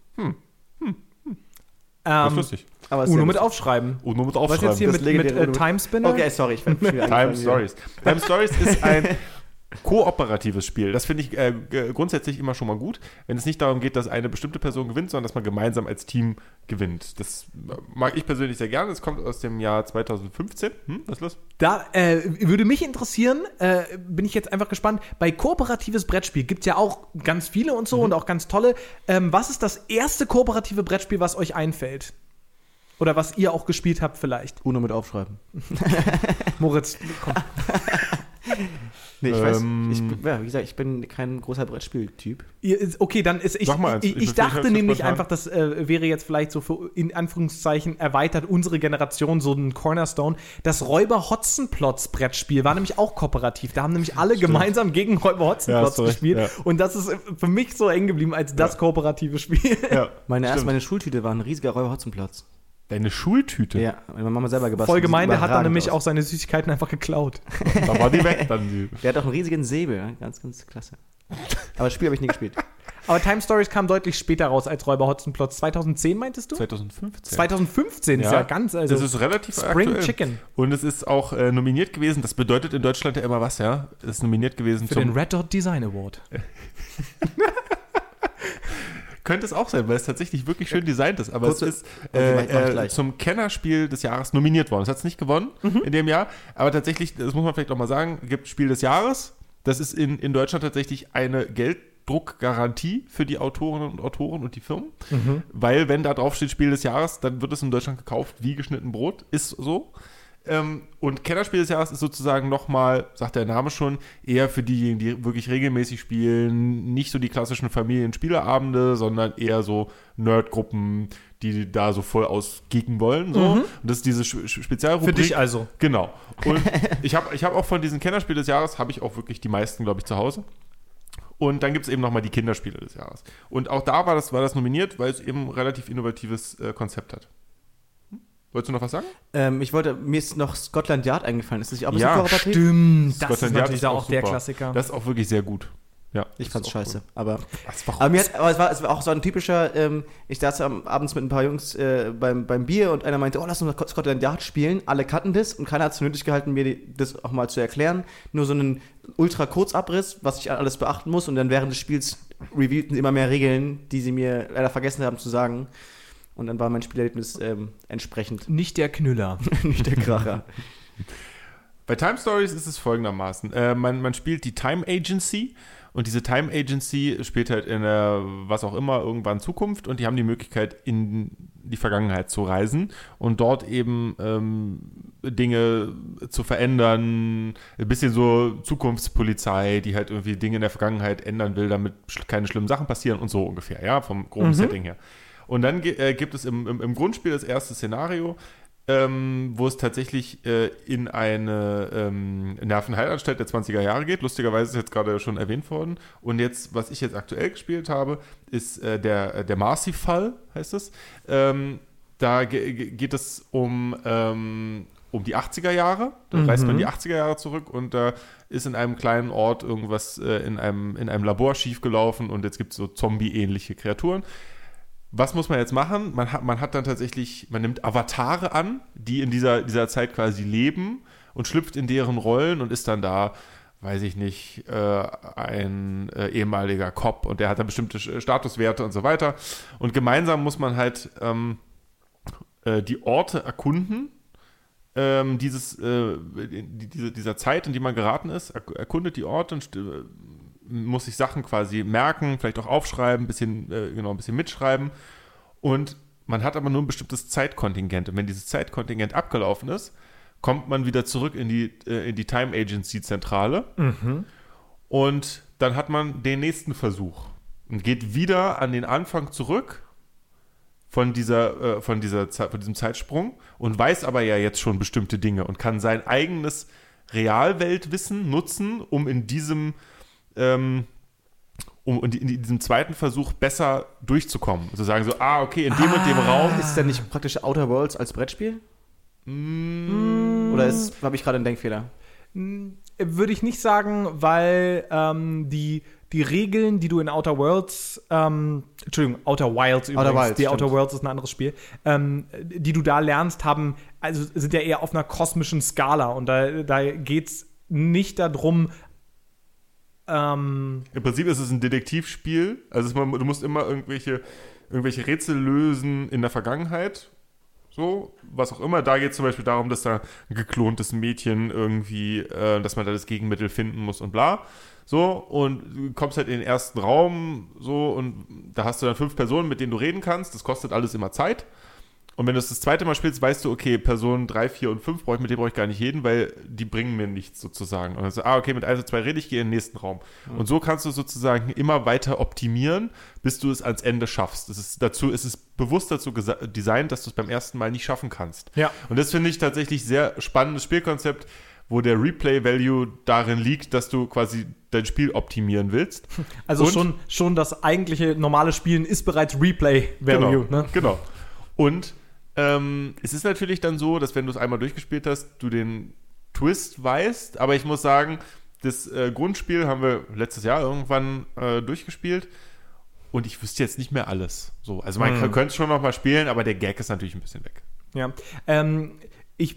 Das ist Ähm, lustig. Aber es Uno ist mit sehr Aufschreiben. Uno mit Was Aufschreiben. jetzt hier das mit, mit legendäre äh, Uno. Timespinner? Okay, sorry, ich bin schon wieder Time eingefallen hier. Stories. Time Stories ist ein kooperatives Spiel. Das finde ich äh, g- grundsätzlich immer schon mal gut, wenn es nicht darum geht, dass eine bestimmte Person gewinnt, sondern dass man gemeinsam als Team gewinnt. Das äh, mag ich persönlich sehr gerne. Es kommt aus dem Jahr zweitausendfünfzehn. Hm, was ist los? Da äh, würde mich interessieren, äh, bin ich jetzt einfach gespannt, bei kooperatives Brettspiel gibt es ja auch ganz viele und so und auch ganz tolle. Ähm, was ist das erste kooperative Brettspiel, was euch einfällt? Oder was ihr auch gespielt habt vielleicht? Uno mit Aufschreiben. Moritz, komm. Nee, ich Ähm, weiß, ich, bin- ja, wie gesagt, ich bin kein großer Brettspiel-Typ. Ihr, ist- okay, dann ist ich, Sag mal eins. ich, Ich ich bin dachte vielleicht nämlich spontan. einfach, das äh, wäre jetzt vielleicht so für, in Anführungszeichen erweitert unsere Generation so ein Cornerstone. Das Räuber-Hotzenplotz-Brettspiel war nämlich auch kooperativ. Da haben nämlich alle gemeinsam gegen Ja, Räuber-Hotzenplotz hast du recht, gespielt. ja. Und das ist äh, für mich so eng geblieben als das Ja. kooperative Spiel. Ja, Meine erste, stimmt. meine Schultüte war ein riesiger Räuber-Hotzenplatz. Deine Schultüte? Ja, meine Mama selber gebastelt. Voll gemein, der Sieht hat dann überragend nämlich aus. auch seine Süßigkeiten einfach geklaut. Da war die weg dann. Die. Der hat auch einen riesigen Säbel, ja, ganz, ganz klasse. Aber das Spiel habe ich nie gespielt. Aber Time Stories kam deutlich später raus als Räuber Hotzenplotz. zweitauszehn meintest du? zweitausendfünfzehn. zweitausendfünfzehn ist ja ganz, also das ist relativ Spring aktuell. Chicken. Und es ist auch äh, nominiert gewesen. Das bedeutet in Deutschland ja immer was, ja? Es ist nominiert gewesen für zum... den Red Dot Design Award. Könnte es auch sein, weil es tatsächlich wirklich schön designt ist. Aber Kurze- es ist Okay, mach ich- mach ich äh, äh, gleich. zum Kennerspiel des Jahres nominiert worden. Es hat es nicht gewonnen Mhm. in dem Jahr. Aber tatsächlich, das muss man vielleicht auch mal sagen, gibt Spiel des Jahres. Das ist in, in Deutschland tatsächlich eine Gelddruckgarantie für die Autorinnen und Autoren und die Firmen. Mhm. Weil, wenn da drauf steht Spiel des Jahres, dann wird es in Deutschland gekauft wie geschnitten Brot. Ist so. Ähm, und Kennerspiel des Jahres ist sozusagen nochmal, sagt der Name schon, eher für diejenigen, die wirklich regelmäßig spielen, nicht so die klassischen Familienspieleabende, sondern eher so Nerdgruppen, die da so voll ausgeeken wollen. So. Und das ist diese Sch- Sch- Spezialrubrik. Für dich also. Genau. Und ich habe ich hab auch von diesen Kennerspielen des Jahres, habe ich auch wirklich die meisten, glaube ich, zu Hause. Und dann gibt es eben nochmal die Kinderspiele des Jahres. Und auch da war das, war das nominiert, weil es eben ein relativ innovatives äh, Konzept hat. Hm? Wolltest du noch was sagen? Ähm, ich wollte, mir ist noch Scotland Yard eingefallen. Ist das nicht auch ein bisschen Ja, kooperativ? Stimmt, das Scotland ist Yard natürlich ist auch, auch der super. Klassiker. Das ist auch wirklich sehr gut. Ja, Ich das fand's ist auch scheiße, gut. aber, Was, warum? aber, mir hat, aber es, war, es war auch so ein typischer, ähm, ich saß am, abends mit ein paar Jungs äh, beim, beim Bier und einer meinte, oh, lass uns mal Scotland Yard spielen. Alle kannten das und keiner hat es für nötig gehalten, mir die, das auch mal zu erklären. Nur so einen Ultra-Kurzabriss, was ich alles beachten muss, und dann während des Spiels revealten sie immer mehr Regeln, die sie mir leider vergessen haben zu sagen. Und dann war mein Spielerlebnis ähm, entsprechend Nicht der Knüller. nicht der Kracher. Bei Time Stories ist es folgendermaßen. Äh, man, man spielt die Time Agency und diese Time Agency spielt halt in der, was auch immer, irgendwann Zukunft und die haben die Möglichkeit, in die Vergangenheit zu reisen und dort eben ähm, Dinge zu verändern. Ein bisschen so Zukunftspolizei, die halt irgendwie Dinge in der Vergangenheit ändern will, damit sch- keine schlimmen Sachen passieren und so ungefähr, ja, vom groben Setting her. Und dann ge- äh, gibt es im, im, im Grundspiel das erste Szenario. ähm, wo es tatsächlich äh, in eine ähm, Nervenheilanstalt der zwanziger Jahre geht. Lustigerweise ist jetzt gerade schon erwähnt worden. Und jetzt, was ich jetzt aktuell gespielt habe, ist äh, der, der Marcy-Fall, heißt es. Ähm, da ge- geht es um, ähm, um die achtziger Jahre. Da Mhm. reist man in die achtziger Jahre zurück und da äh, ist in einem kleinen Ort irgendwas äh, in, einem, in einem Labor schiefgelaufen und jetzt gibt es so Zombie-ähnliche Kreaturen. Was muss man jetzt machen? Man hat, man hat dann tatsächlich, man nimmt Avatare an, die in dieser, dieser Zeit quasi leben und schlüpft in deren Rollen und ist dann da, weiß ich nicht, äh, ein äh, ehemaliger Cop und der hat dann bestimmte Statuswerte und so weiter. Und gemeinsam muss man halt ähm, äh, die Orte erkunden, ähm, dieses, äh, die, diese, dieser Zeit, in die man geraten ist, er, erkundet die Orte und st- muss sich Sachen quasi merken, vielleicht auch aufschreiben, ein bisschen, äh, genau, ein bisschen mitschreiben. Und man hat aber nur ein bestimmtes Zeitkontingent. Und wenn dieses Zeitkontingent abgelaufen ist, kommt man wieder zurück in die, äh, in die Time Agency Zentrale. Mhm. Und dann hat man den nächsten Versuch und geht wieder an den Anfang zurück von dieser, äh, von dieser Ze- von diesem Zeitsprung und weiß aber ja jetzt schon bestimmte Dinge und kann sein eigenes Realweltwissen nutzen, um in diesem ähm, um in, in diesem zweiten Versuch besser durchzukommen. Also sagen so, ah, okay, in dem Ah. und dem Raum. Ist denn nicht praktisch Outer Worlds als Brettspiel? Mm, Oder habe ich gerade einen Denkfehler? Würde ich nicht sagen, weil ähm, die, die Regeln, die du in Outer Worlds, ähm, Entschuldigung, Outer Wilds übrigens, Outer Wilds, die stimmt. Outer Worlds ist ein anderes Spiel, ähm, die du da lernst, haben, also sind ja eher auf einer kosmischen Skala und da, da geht es nicht darum, ähm, Im Prinzip ist es ein Detektivspiel. Also es, man, du musst immer irgendwelche, irgendwelche Rätsel lösen in der Vergangenheit. So, was auch immer. Da geht es zum Beispiel darum, dass da ein geklontes Mädchen irgendwie, äh, dass man da das Gegenmittel finden muss und bla. So, und du kommst halt in den ersten Raum, so, und da hast du dann fünf Personen, mit denen du reden kannst. Das kostet alles immer Zeit. Und wenn du es das zweite Mal spielst, weißt du, okay, Personen drei, vier und fünf, brauch ich, mit denen brauche ich gar nicht reden, weil die bringen mir nichts sozusagen. Und dann so, ah, okay, mit eins und zwei rede ich, gehe in den nächsten Raum. Mhm. Und so kannst du sozusagen immer weiter optimieren, bis du es ans Ende schaffst. Es ist dazu, es ist bewusst dazu gesa- designt, dass du es beim ersten Mal nicht schaffen kannst. Ja. Und das finde ich tatsächlich sehr spannendes Spielkonzept, wo der Replay-Value darin liegt, dass du quasi dein Spiel optimieren willst. also Und- schon, schon das eigentliche normale Spielen ist bereits Replay-Value. Genau, Ne? genau. Und ähm, es ist natürlich dann so, dass wenn du es einmal durchgespielt hast, du den Twist weißt, aber ich muss sagen, das äh, Grundspiel haben wir letztes Jahr irgendwann äh, durchgespielt und ich wüsste jetzt nicht mehr alles. So, also man Mhm. könnte es schon noch mal spielen, aber der Gag ist natürlich ein bisschen weg. Ja, ähm, ich,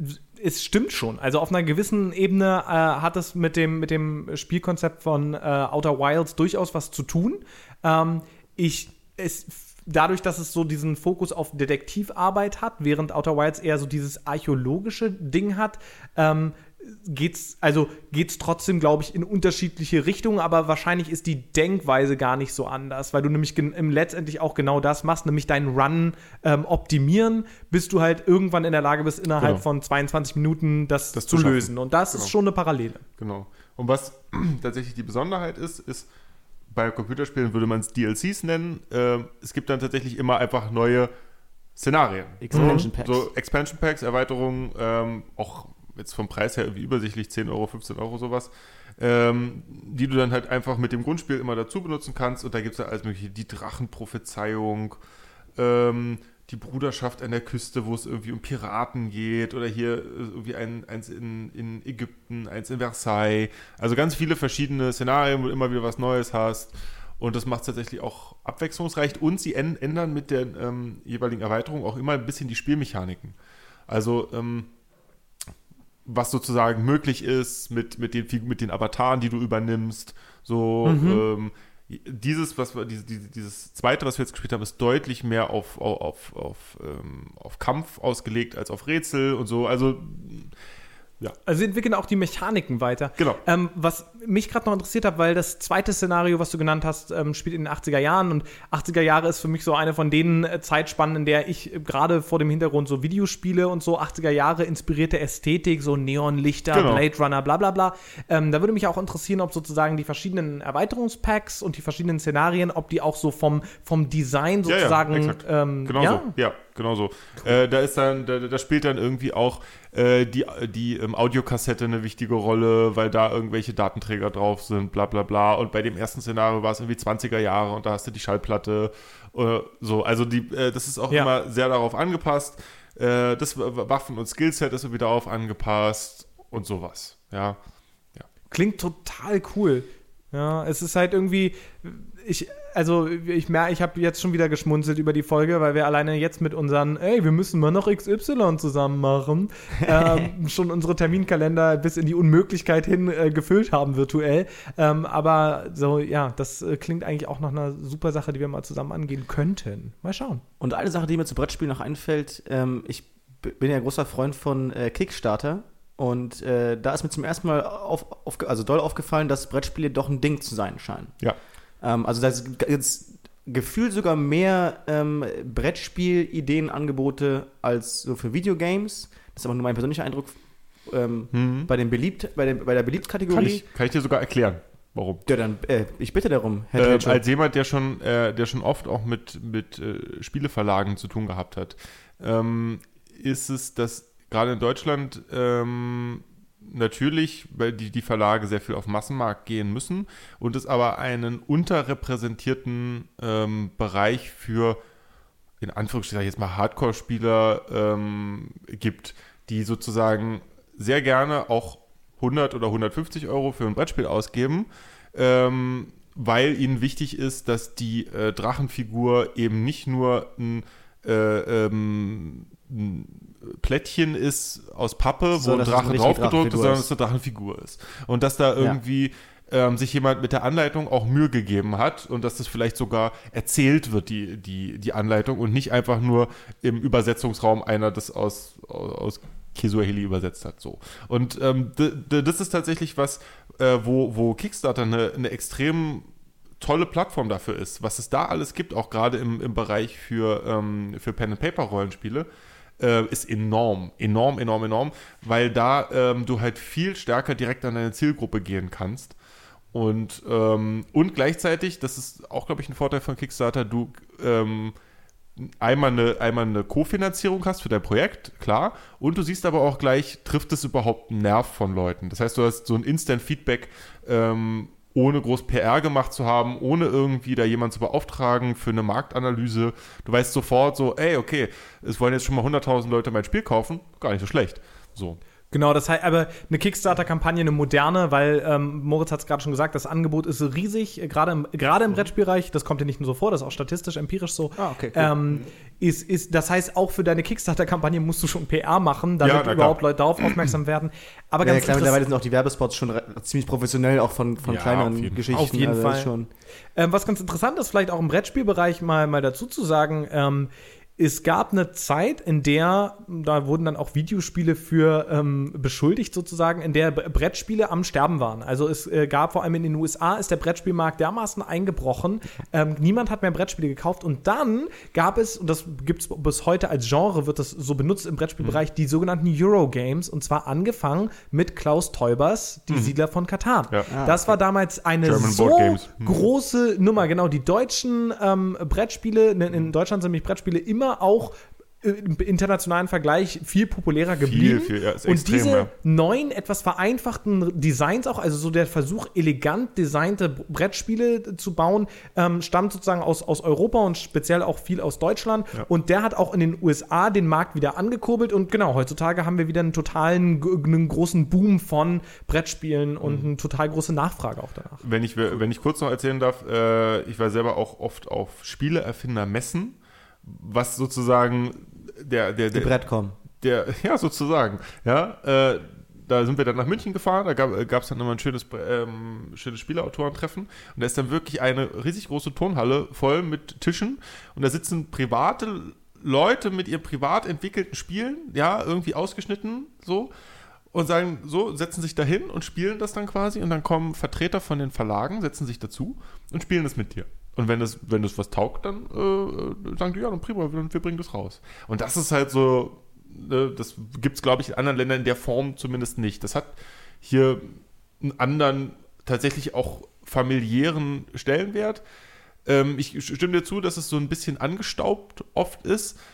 es stimmt schon. Also auf einer gewissen Ebene äh, hat es mit dem, mit dem Spielkonzept von äh, Outer Wilds durchaus was zu tun. Ähm, ich, es, dadurch, dass es so diesen Fokus auf Detektivarbeit hat, während Outer Wilds eher so dieses archäologische Ding hat, ähm, geht's, also geht's trotzdem, glaube ich, in unterschiedliche Richtungen, aber wahrscheinlich ist die Denkweise gar nicht so anders, weil du nämlich gen- im letztendlich auch genau das machst, nämlich deinen Run ähm, optimieren, bis du halt irgendwann in der Lage bist, innerhalb Genau. von zweiundzwanzig Minuten das, Das zu zu schaffen. lösen. Und das Genau. ist schon eine Parallele. Genau. Und was tatsächlich die Besonderheit ist, ist, bei Computerspielen würde man es D L Cs nennen. Ähm, es gibt dann tatsächlich immer einfach neue Szenarien. Expansion Packs. So Expansion Packs, Erweiterungen, ähm, auch jetzt vom Preis her irgendwie übersichtlich, zehn Euro, fünfzehn Euro sowas, ähm, die du dann halt einfach mit dem Grundspiel immer dazu benutzen kannst. Und da gibt es ja alles mögliche, die Drachenprophezeiung, ähm, die Bruderschaft an der Küste, wo es irgendwie um Piraten geht, oder hier äh, irgendwie ein, eins in, in Ägypten, eins in Versailles. Also ganz viele verschiedene Szenarien, wo du immer wieder was Neues hast. Und das macht es tatsächlich auch abwechslungsreich. Und sie en- ändern mit der ähm, jeweiligen Erweiterung auch immer ein bisschen die Spielmechaniken. Also ähm, was sozusagen möglich ist mit, mit, den, Figu- mit den Avataren, die du übernimmst. So, ähm, dieses, was wir, diese, diese, dieses zweite, was wir jetzt gespielt haben, ist deutlich mehr auf, auf, auf, auf, ähm, auf Kampf ausgelegt als auf Rätsel und so. Also, ja. Also sie entwickeln auch die Mechaniken weiter. Genau. Ähm, was mich gerade noch interessiert hat, weil das zweite Szenario, was du genannt hast, ähm, spielt in den achtziger Jahren und achtziger Jahre ist für mich so eine von den äh, Zeitspannen, in der ich äh, gerade vor dem Hintergrund so Videospiele und so achtziger Jahre inspirierte Ästhetik, so Neonlichter, Genau. Blade Runner, bla bla bla. Ähm, da würde mich auch interessieren, ob sozusagen die verschiedenen Erweiterungspacks und die verschiedenen Szenarien, ob die auch so vom, vom Design Ja, ja, sozusagen exakt. ähm, Genau ja? so. Ja, genau so. Äh, da ist dann, da, da spielt dann irgendwie auch äh, die, die ähm, Audiokassette eine wichtige Rolle, weil da irgendwelche Datenträger drauf sind, bla bla bla. Und bei dem ersten Szenario war es irgendwie zwanziger Jahre und da hast du die Schallplatte. Äh, so, also die, äh, das ist auch Ja. immer sehr darauf angepasst. Äh, das Waffen- und Skillset ist wieder darauf angepasst und sowas. Ja. Klingt total cool. Ja, es ist halt irgendwie, ich, also ich merke, ich habe jetzt schon wieder geschmunzelt über die Folge, weil wir alleine jetzt mit unseren, ey, wir müssen mal noch X Y zusammen machen, ähm, schon unsere Terminkalender bis in die Unmöglichkeit hin äh, gefüllt haben virtuell. Ähm, aber so, ja, das äh, klingt eigentlich auch nach einer super Sache, die wir mal zusammen angehen könnten. Mal schauen. Und eine Sache, die mir zu Brettspielen noch einfällt, ähm, ich b- bin ja großer Freund von äh, Kickstarter. Und äh, da ist mir zum ersten Mal auf, auf, also doll aufgefallen, dass Brettspiele doch ein Ding zu sein scheinen. Ja. Ähm, also da ist jetzt gefühlt sogar mehr ähm, Brettspiel-Ideenangebote als so für Videogames. Das ist aber nur mein persönlicher Eindruck ähm, Mhm. bei, den beliebt, bei, den, bei der Kann Beliebtkategorie. ich, kann ich dir sogar erklären, warum. Ja, dann, äh, ich bitte darum, Herr Äh, Teltscher. als jemand, der schon, äh, der schon oft auch mit, mit äh, Spieleverlagen zu tun gehabt hat, ähm, ist es, dass gerade in Deutschland ähm, natürlich, weil die, die Verlage sehr viel auf Massenmarkt gehen müssen und es aber einen unterrepräsentierten ähm, Bereich für, in Anführungsstrichen jetzt mal Hardcore-Spieler ähm, gibt, die sozusagen sehr gerne auch hundert oder hundertfünfzig Euro für ein Brettspiel ausgeben, ähm, weil ihnen wichtig ist, dass die äh, Drachenfigur eben nicht nur ein, äh, ähm, ein Plättchen ist aus Pappe, So, wo ein dass es eine Drache richtige draufgedruckt ist, Drachenfigur sondern ist. dass es eine Drachenfigur ist. Und dass da irgendwie ähm, sich jemand mit der Anleitung auch Mühe gegeben hat und dass das vielleicht sogar erzählt wird, die, die, die Anleitung, und nicht einfach nur im Übersetzungsraum einer das aus, aus, aus Kisuaheli übersetzt hat. So. Und ähm, d- d- das ist tatsächlich was, äh, wo, wo Kickstarter eine, eine extrem tolle Plattform dafür ist. Was es da alles gibt, auch gerade im, im Bereich für, ähm, für Pen-and-Paper-Rollenspiele, äh, ist enorm, enorm, enorm, enorm, weil da ähm, du halt viel stärker direkt an deine Zielgruppe gehen kannst. Und, ähm, und gleichzeitig, das ist auch, glaube ich, ein Vorteil von Kickstarter, du ähm, einmal eine, einmal eine Kofinanzierung hast für dein Projekt, klar, und du siehst aber auch gleich, trifft es überhaupt einen Nerv von Leuten. Das heißt, du hast so ein Instant-Feedback, ähm, ohne groß P R gemacht zu haben, ohne irgendwie da jemanden zu beauftragen für eine Marktanalyse. Du weißt sofort so, ey, okay, es wollen jetzt schon mal hunderttausend Leute mein Spiel kaufen, gar nicht so schlecht. So. Genau, das heißt aber eine Kickstarter-Kampagne, eine moderne, weil ähm, Moritz hat es gerade schon gesagt, das Angebot ist riesig, äh, gerade im, gerade im Brettspielbereich, das kommt ja nicht nur so vor, das ist auch statistisch, empirisch so. Ah, okay, cool. ähm, ist, ist, das heißt, auch für deine Kickstarter-Kampagne musst du schon P R machen, damit Ja, na überhaupt klar. Leute darauf aufmerksam werden. Aber Ja, ganz klar, mittlerweile interessant, sind auch die Werbespots schon re- ziemlich professionell, auch von, von Ja, kleineren auf jeden- Geschichten. auf jeden also das Fall. ist schon ähm, was ganz interessant ist, vielleicht auch im Brettspielbereich mal, mal dazu zu sagen, ähm, es gab eine Zeit, in der, da wurden dann auch Videospiele für ähm, beschuldigt sozusagen, in der B- Brettspiele am Sterben waren. Also es äh, gab vor allem in den U S A, ist der Brettspielmarkt dermaßen eingebrochen. Ähm, niemand hat mehr Brettspiele gekauft. Und dann gab es, und das gibt es bis heute als Genre, wird das so benutzt im Brettspielbereich, die sogenannten Eurogames. Und zwar angefangen mit Klaus Teubers, die Siedler von Katar. Ja. Ah, das war damals eine German so Board Games. Hm. große Nummer. Genau, die deutschen ähm, Brettspiele, in, in Deutschland sind nämlich Brettspiele immer auch äh, im internationalen Vergleich viel populärer geblieben. viel, ja, ist und extrem, diese ja. neuen, etwas vereinfachten Designs auch, also so der Versuch, elegant designte Brettspiele zu bauen, ähm, stammt sozusagen aus, aus Europa und speziell auch viel aus Deutschland. Ja. Und der hat auch in den U S A den Markt wieder angekurbelt. Und genau, heutzutage haben wir wieder einen totalen, g- einen großen Boom von Brettspielen und eine total große Nachfrage auch danach. Wenn ich, wenn ich kurz noch erzählen darf, äh, ich war selber auch oft auf Spieleerfinder-Messen, was sozusagen der, der, die der, Brettcom. der, ja, sozusagen, ja, äh, da sind wir dann nach München gefahren, da gab es dann immer ein schönes, ähm, schönes Spieleautorentreffen und da ist dann wirklich eine riesig große Turnhalle voll mit Tischen und da sitzen private Leute mit ihren privat entwickelten Spielen, ja, irgendwie ausgeschnitten, so, und sagen, so, setzen sich dahin und spielen das dann quasi und dann kommen Vertreter von den Verlagen, setzen sich dazu und spielen das mit dir. Und wenn das, wenn das was taugt, dann äh, sagen die, ja, dann prima, wir, wir bringen das raus. Und das ist halt so, äh, das gibt es, glaube ich, in anderen Ländern in der Form zumindest nicht. Das hat hier einen anderen, tatsächlich auch familiären Stellenwert. Ähm, ich stimme dir zu, dass es so ein bisschen angestaubt oft ist.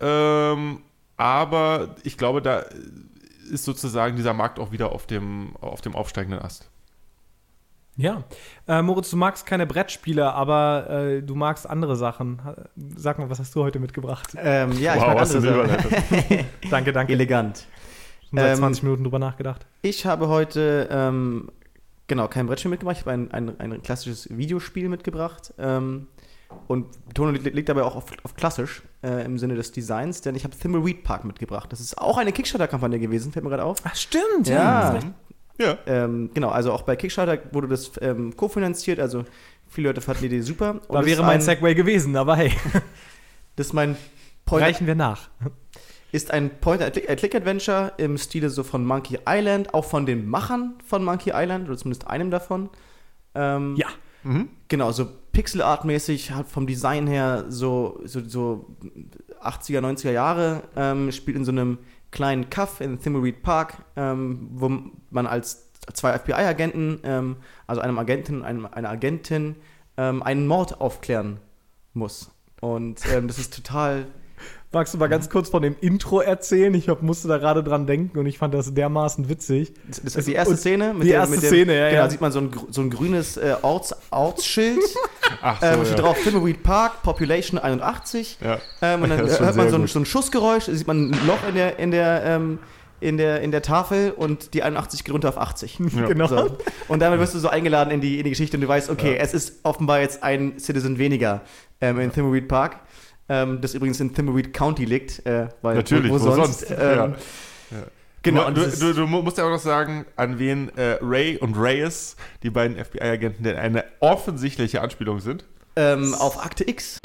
ähm, aber ich glaube, da ist sozusagen dieser Markt auch wieder auf dem, auf dem aufsteigenden Ast. Ja. Äh, Moritz, du magst keine Brettspiele, aber äh, du magst andere Sachen. Sag mal, was hast du heute mitgebracht? Ähm, ja, Wow, ich mag hast du andere eine Sachen. Danke, danke. Elegant. Schon seit Ähm, zwanzig Minuten drüber nachgedacht. Ich habe heute, ähm, genau, kein Brettspiel mitgebracht. Ich habe ein, ein, ein klassisches Videospiel mitgebracht. Ähm, und Betonung liegt, liegt dabei auch auf, auf klassisch äh, im Sinne des Designs, denn ich habe Thimbleweed Park mitgebracht. Das ist auch eine Kickstarter-Kampagne gewesen, fällt mir gerade auf. Ach, stimmt. Ja, Ja. ähm, genau, also auch bei Kickstarter wurde das ähm, kofinanziert, also viele Leute fanden die Idee super. Und Da das wäre ist mein ein, Segway gewesen, aber hey, Das ist mein Point, reichen wir nach. ist ein Point-and-Click-Adventure im Stile so von Monkey Island, auch von den Machern von Monkey Island, oder zumindest einem davon. Ähm, Ja. Mhm. Genau, so Pixel-Art-mäßig, halt vom Design her so, so, so achtziger, neunziger Jahre, ähm, spielt in so einem kleinen Kaff in Thimbleweed Park, ähm, wo man als zwei F B I-Agenten, ähm, also einem Agenten und einem, einer Agentin, ähm, einen Mord aufklären muss. Und ähm, das ist total... Magst du mal ganz kurz von dem Intro erzählen? Ich hab, musste da gerade dran denken und ich fand das dermaßen witzig. Das ist die erste Und Szene. Mit die dem, erste mit dem, Szene, ja, genau, ja. sieht man so ein, gr- so ein grünes äh, Orts, Ortsschild. Ach so, ähm, steht ja. drauf Thimbleweed Park, Population einundachtzig. Ja. Ähm, und dann Das ist schon hört man sehr so ein, gut. so ein Schussgeräusch, sieht man ein Loch in der, in der, ähm, in der, in der Tafel und die einundachtzig geht runter auf achtzig. Ja. Genau. So. Und damit wirst du so eingeladen in die, in die Geschichte und du weißt, okay, Ja. es ist offenbar jetzt ein Citizen weniger ähm, in Thimbleweed Park. Ähm, das übrigens in Thimbleweed County liegt. Äh, weil, Natürlich, wo sonst? Ähm, Ja. Ja. Genau. Du, und das du, ist- du, du musst ja auch noch sagen, an wen äh, Ray und Reyes, die beiden F B I-Agenten, denn eine offensichtliche Anspielung sind. ähm, auf Akte X.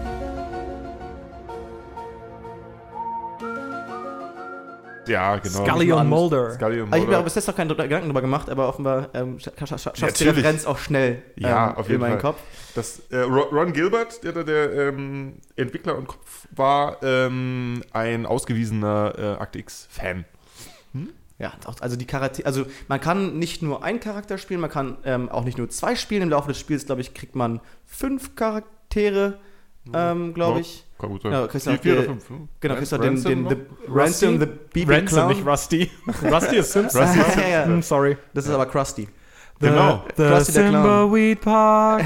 Ja, genau. Scully und Mulder. Scully und Also ich habe mir Mulder. auch bis jetzt noch keine Gedanken darüber gemacht, aber offenbar ähm, scha- scha- scha- schafft die Natürlich. Referenz auch schnell ähm, Ja, auf jeden in meinen Fall. Kopf. Das, äh, Ron Ron Gilbert, der da der ähm, Entwickler und Kopf war, ähm, ein ausgewiesener äh, Akte X-Fan. Ja, auch, also die Charaktere, also man kann nicht nur einen Charakter spielen, man kann ähm, auch nicht nur zwei spielen. Im Laufe des Spiels, glaube ich, kriegt man fünf Charaktere, ähm, glaube Ja, ich. Kann gut sein. Ja, kriegst du vier, auch vier die- oder fünf. Ne? Genau, Ran- kriegst du den, Ransom den noch? the Ransom, the B B Ransom, Clown. nicht Rusty. Rusty ist Simpson. Rusty ist Ja, ja. Hm, sorry. Das ist aber Krusty. Genau. The, the Krusty der Clown. Thimbleweed Park.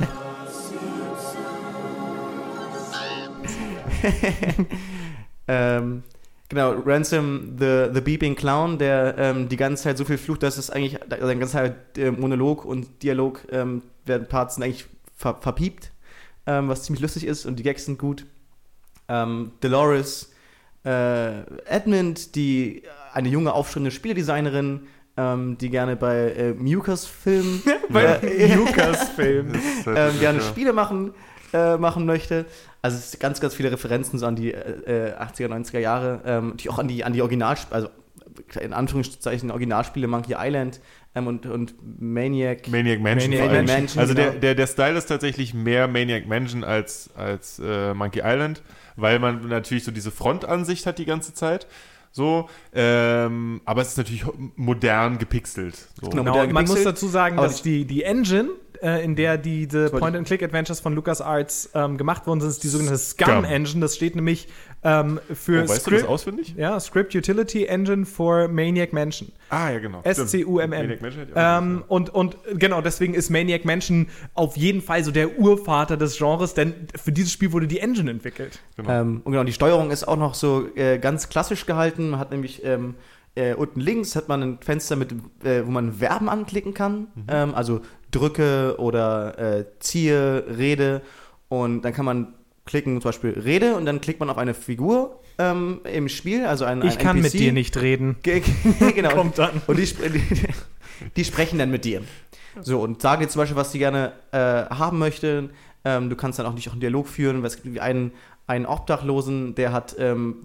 ähm, genau, Ransom, the, the Beeping Clown, der ähm, die ganze Zeit so viel flucht, dass es eigentlich, also sein ganzer äh, Monolog und Dialog ähm, werden Parts sind eigentlich ver verpiept, ähm, was ziemlich lustig ist und die Gags sind gut. Ähm, Dolores äh, Edmund, die eine junge, aufstrebende Spieledesignerin, ähm, die gerne bei äh, Mucus-Filmen äh, Lucas-Film. Das ist, ähm, gerne ja. Spiele machen, äh, machen möchte. Also es sind ganz, ganz viele Referenzen so an die äh, achtziger, neunziger Jahre, ähm, die auch an die, an die Originalspiele, also in Anführungszeichen Originalspiele Monkey Island ähm, und, und Maniac. Maniac Mansion. Maniac vor allem. Mansion, also der, genau. der, der Style ist tatsächlich mehr Maniac Mansion als, als äh, Monkey Island, weil man natürlich so diese Frontansicht hat die ganze Zeit. So, ähm, aber es ist natürlich modern gepixelt. So. Genau. Genau, modern man muss gepixelt, dazu sagen, aber dass die, die Engine, äh, in der diese wollte ich- Point-and-Click-Adventures von LucasArts ähm, gemacht worden sind, ist die sogenannte Scum. Scum-Engine. Das steht nämlich ähm, für Oh, weißt du Script, das auswendig? ja, Script Utility Engine for Maniac Mansion. Ah, ja, genau. S C U M M. Maniac Mansion hätte ich auch Ähm, und, und genau, deswegen ist Maniac Mansion auf jeden Fall so der Urvater des Genres, denn für dieses Spiel wurde die Engine entwickelt. Genau. Ähm, und genau, die Steuerung ist auch noch so äh, ganz klassisch gehalten. Man hat nämlich ähm, äh, unten links hat man ein Fenster, mit, äh, wo man Verben anklicken kann. Ähm, also drücke oder äh, ziehe, rede. Und dann kann man klicken, zum Beispiel Rede, und dann klickt man auf eine Figur ähm, im Spiel, also ein, ein Ich kann N P mit C. dir nicht reden. Ge- genau. Kommt dann. Und die, spre- die, die sprechen dann mit dir. So, und sagen dir zum Beispiel, was sie gerne äh, haben möchten. Ähm, du kannst dann auch nicht auch einen Dialog führen, weil es gibt wie einen, einen Obdachlosen, der hat, ähm,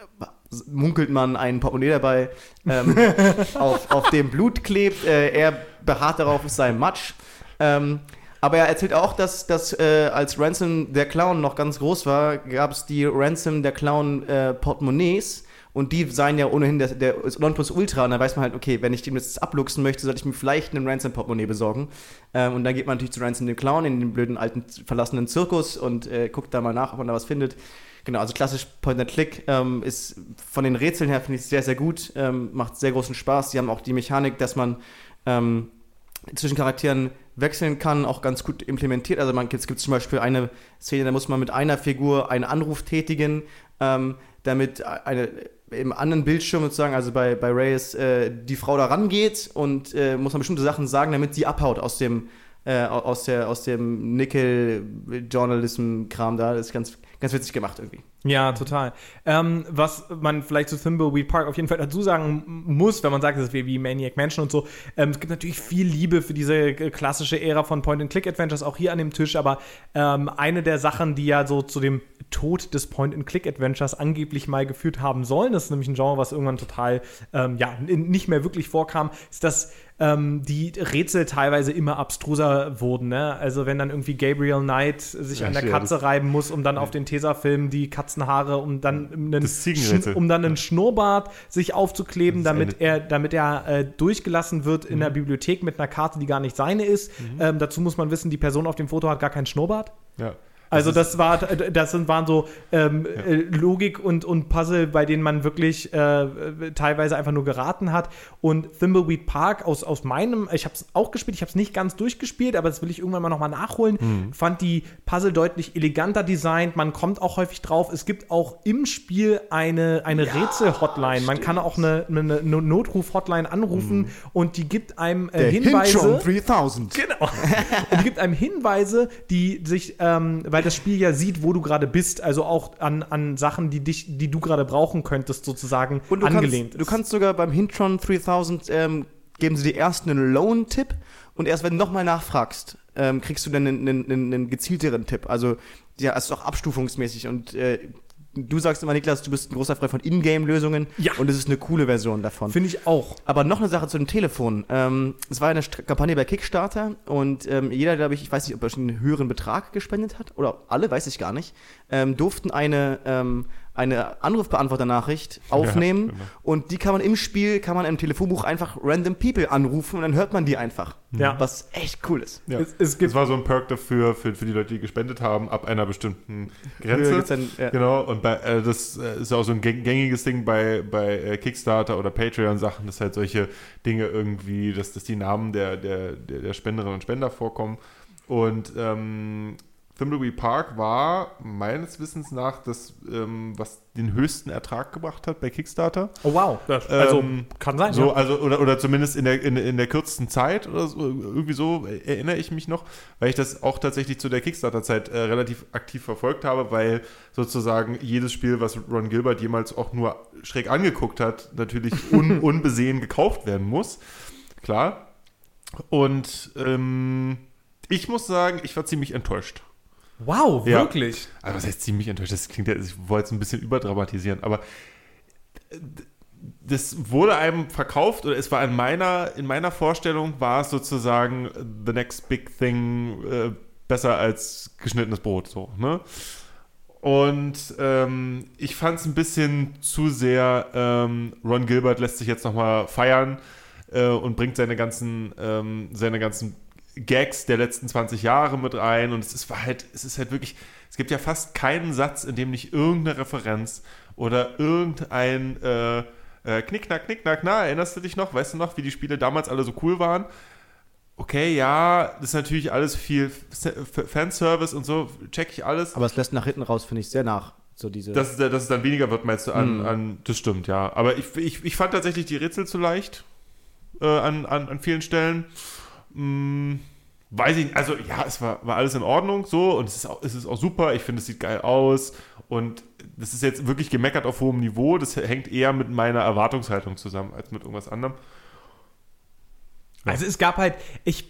munkelt man, ein Portemonnaie dabei, ähm, auf, auf dem Blut klebt. Äh, er beharrt darauf, es sei Matsch. Ähm, aber er erzählt auch, dass, dass äh, als Ransom der Clown noch ganz groß war, gab es die Ransom der Clown äh, Portemonnaies. Und die seien ja ohnehin der, der Nonplusultra. Und da weiß man halt, okay, wenn ich dem jetzt abluchsen möchte, sollte ich mir vielleicht einen Ransom-Portemonnaie besorgen. Ähm, und dann geht man natürlich zu Ransom dem Clown in den blöden, alten, verlassenen Zirkus und äh, guckt da mal nach, ob man da was findet. Genau, also klassisch Point-and-Click ähm, ist von den Rätseln her, finde ich, sehr, sehr gut. Ähm, macht sehr großen Spaß. Die haben auch die Mechanik, dass man ähm, zwischen Charakteren wechseln kann, auch ganz gut implementiert. Also man, es gibt zum Beispiel eine Szene, da muss man mit einer Figur einen Anruf tätigen, ähm, damit eine, im anderen Bildschirm sozusagen, also bei, bei Reyes, äh, die Frau da rangeht und äh, muss man bestimmte Sachen sagen, damit sie abhaut aus dem, äh, aus der, aus dem Nickel-Journalism-Kram da. Das ist ganz, ganz witzig gemacht irgendwie. Ja, total. Ähm, was man vielleicht zu Thimbleweed Park auf jeden Fall dazu sagen muss, wenn man sagt, das ist wie Maniac Mansion und so, ähm, es gibt natürlich viel Liebe für diese klassische Ära von Point-and-Click-Adventures, auch hier an dem Tisch, aber ähm, eine der Sachen, die ja so zu dem Tod des Point-and-Click-Adventures angeblich mal geführt haben sollen, das ist nämlich ein Genre, was irgendwann total ähm, ja, nicht mehr wirklich vorkam, ist, dass ähm, die Rätsel teilweise immer abstruser wurden. Ne? Also wenn dann irgendwie Gabriel Knight sich ja, an der ja, Katze das, reiben muss, um dann ja. auf den Tesafilm die Katzenhaare, um dann einen, Schn- um dann einen Schnurrbart sich aufzukleben, damit eine- er, damit er äh, durchgelassen wird in Mhm. der Bibliothek mit einer Karte, die gar nicht seine ist. Mhm. Ähm, dazu muss man wissen, die Person auf dem Foto hat gar keinen Schnurrbart. Ja. Also Das das war, das sind, waren so ähm, Ja. äh, Logik und, und Puzzle, bei denen man wirklich äh, teilweise einfach nur geraten hat. Und Thimbleweed Park aus, aus meinem, ich habe es auch gespielt, ich habe es nicht ganz durchgespielt, aber das will ich irgendwann mal nochmal nachholen, Mhm. fand die Puzzle deutlich eleganter designt. Man kommt auch häufig drauf. Es gibt auch im Spiel eine, eine Ja, Rätsel-Hotline. Man kann auch eine, eine, eine Notruf-Hotline anrufen Mhm. und die gibt einem äh, Der Hinweise. Hintron dreitausend. Genau. Und die gibt einem Hinweise, die sich, ähm, weil das Spiel ja sieht, wo du gerade bist, also auch an, an Sachen, die dich, die du gerade brauchen könntest, sozusagen Und du angelehnt kannst, du kannst sogar beim Hintron dreitausend ähm, geben sie dir erst einen Loan-Tipp und erst wenn du nochmal nachfragst, ähm, kriegst du dann einen, einen, einen gezielteren Tipp. Also ja, es ist auch abstufungsmäßig und äh, du sagst immer, Niklas, du bist ein großer Freund von Ingame-Lösungen Ja. und es ist eine coole Version davon. Finde ich auch. Aber noch eine Sache zu dem Telefon. Ähm, es war eine St- Kampagne bei Kickstarter und ähm, jeder, glaube ich, ich weiß nicht, ob er schon einen höheren Betrag gespendet hat oder alle, weiß ich gar nicht, ähm, durften eine, ähm, eine Anrufbeantworternachricht aufnehmen genau. und die kann man im Spiel, kann man im Telefonbuch einfach random people anrufen und dann hört man die einfach. Ja. Was echt cool ist. Ja. Es, es gibt Das war so ein Perk dafür, für, für die Leute, die gespendet haben, ab einer bestimmten Grenze. Höhe gibt's dann, ja. Genau, und bei, äh, das äh, ist ja auch so ein gäng- gängiges Ding bei, bei äh, Kickstarter oder Patreon-Sachen, dass halt solche Dinge irgendwie, dass, dass die Namen der, der, der, der Spenderinnen und Spender vorkommen. Und ähm, Thimbleweed Park war meines Wissens nach das, ähm, was den höchsten Ertrag gebracht hat bei Kickstarter. oh wow, das, also Ähm, kann sein. So, ja. also, oder, oder zumindest in der, in, in der kürzesten Zeit oder so, irgendwie so erinnere ich mich noch, weil ich das auch tatsächlich zu der Kickstarter-Zeit äh, relativ aktiv verfolgt habe, weil sozusagen jedes Spiel, was Ron Gilbert jemals auch nur schräg angeguckt hat, natürlich un, unbesehen gekauft werden muss. Klar. Und ähm, ich muss sagen, ich war ziemlich enttäuscht. Wow, Ja. wirklich? Also was heißt ziemlich enttäuscht? Das klingt ja, ich wollte es ein bisschen überdramatisieren, aber das wurde einem verkauft oder es war in meiner, in meiner Vorstellung war es sozusagen the next big thing, äh, besser als geschnittenes Brot, so, ne? Und ähm, ich fand es ein bisschen zu sehr, ähm, Ron Gilbert lässt sich jetzt nochmal feiern äh, und bringt seine ganzen, ähm, seine ganzen Gags der letzten zwanzig Jahre mit rein und es ist halt, es ist halt wirklich, es gibt ja fast keinen Satz, in dem nicht irgendeine Referenz oder irgendein äh, äh, Knickknack, Knickknack, na, erinnerst du dich noch? Weißt du noch, wie die Spiele damals alle so cool waren? Okay, ja, das ist natürlich alles viel F- Fanservice und so, check ich alles. Aber es lässt nach hinten raus, finde ich, sehr nach. So diese Dass, dass es dann weniger wird, meinst du, an, Mhm. an das stimmt, ja. Aber ich, ich, ich fand tatsächlich die Rätsel zu leicht äh, an, an, an vielen Stellen. Hm, weiß ich nicht, also ja, es war, war alles in Ordnung so und es ist auch, es ist auch super, ich finde, es sieht geil aus und das ist jetzt wirklich gemeckert auf hohem Niveau, das hängt eher mit meiner Erwartungshaltung zusammen als mit irgendwas anderem. Ja. Also es gab halt, ich,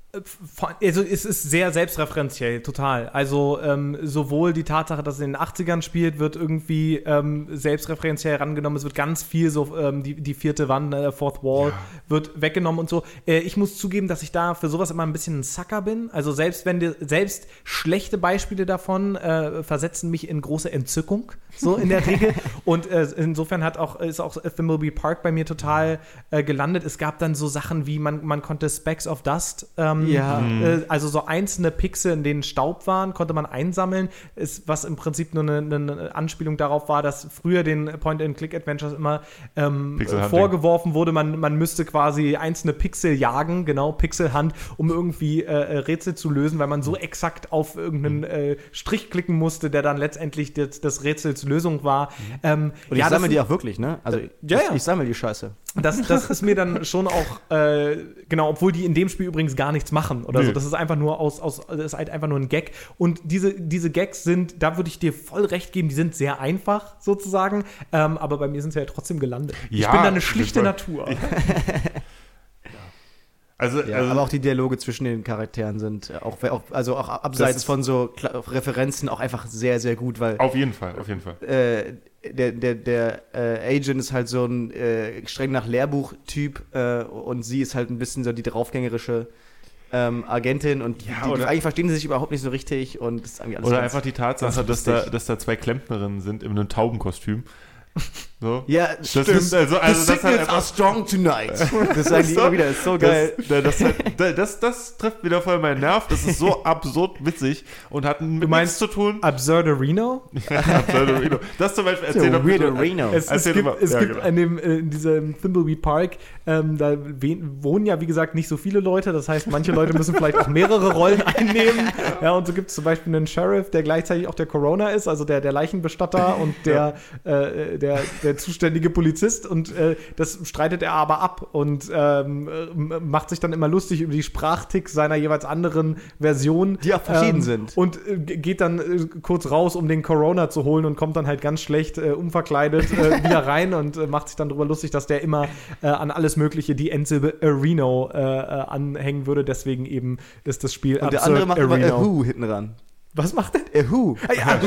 Also es ist sehr selbstreferenziell, total. Also ähm, sowohl die Tatsache, dass es in den achtzigern spielt, wird irgendwie ähm, selbstreferenziell herangenommen. Es wird ganz viel so, ähm, die, die vierte Wand, der Fourth Wall, ja. wird weggenommen und so. Äh, ich muss zugeben, dass ich da für sowas immer ein bisschen ein Sucker bin. Also selbst wenn die, selbst schlechte Beispiele davon äh, versetzen mich in große Entzückung, so in der Regel. Und äh, insofern hat auch, ist auch Thimbleby Park bei mir total äh, gelandet. Es gab dann so Sachen wie, man, man konnte Specks of Dust ähm, Ja. Mhm. Also so einzelne Pixel, in denen Staub waren, konnte man einsammeln, ist, was im Prinzip nur eine, eine Anspielung darauf war, dass früher den Point-and-Click-Adventures immer ähm, vorgeworfen wurde, man, man müsste quasi einzelne Pixel jagen, genau, Pixelhand, um irgendwie äh, Rätsel zu lösen, weil man so exakt auf irgendeinen äh, Strich klicken musste, der dann letztendlich das, das Rätsels Lösung war. Mhm. Ähm, Und ich ja, sammle die auch wirklich, ne? Also ich, ja, ja. ich sammle die Scheiße. Das, das ist mir dann schon auch, äh, genau, obwohl die in dem Spiel übrigens gar nichts machen oder nee. so. Das ist einfach nur aus, aus, das ist halt einfach nur ein Gag. Und diese, diese Gags sind, da würde ich dir voll recht geben, die sind sehr einfach sozusagen, ähm, aber bei mir sind sie ja trotzdem gelandet. Ja, ich bin da eine schlichte Natur. Ja. Also, ja, also, aber auch die Dialoge zwischen den Charakteren sind auch, also auch abseits von so Referenzen auch einfach sehr, sehr gut, weil auf jeden Fall, auf jeden Fall. Äh, der der, der äh, Agent ist halt so ein äh, streng nach Lehrbuch-Typ äh, und sie ist halt ein bisschen so die draufgängerische ähm, Agentin und ja, die, oder, die, eigentlich verstehen sie sich überhaupt nicht so richtig und das ist irgendwie alles oder ganz, einfach die Tatsache, dass da, dass da zwei Klempnerinnen sind in einem Taubenkostüm. So. Ja, das stimmt. Ist, also, also The das signals halt are strong tonight. Das sagen die immer wieder, das ist so geil. Das, das, das, das, das trifft wieder voll meinen Nerv. Das ist so absurd witzig und hat mit nichts zu tun. Absurderino? Ja, Absurderino. Das zum Beispiel erzählt so Weirderino. Es, es gibt, es ja, gibt genau. in, dem, in diesem Thimbleby Park, ähm, da wohnen ja wie gesagt nicht so viele Leute. Das heißt, manche Leute müssen vielleicht auch mehrere Rollen einnehmen. Ja, und so gibt es zum Beispiel einen Sheriff, der gleichzeitig auch der Corona ist, also der, der Leichenbestatter und der, ja. äh, der Der, der zuständige Polizist und äh, das streitet er aber ab und ähm, macht sich dann immer lustig über die Sprachticks seiner jeweils anderen Version. Die auch verschieden ähm, sind. Und äh, geht dann äh, kurz raus, um den Corona zu holen und kommt dann halt ganz schlecht äh, unverkleidet äh, wieder rein und äh, macht sich dann darüber lustig, dass der immer äh, an alles Mögliche die Endsilbe Reno äh, äh, anhängen würde. Deswegen eben ist das Spiel und der andere macht immer a Who hinten ran. Was macht der? A Who. Ah, ja,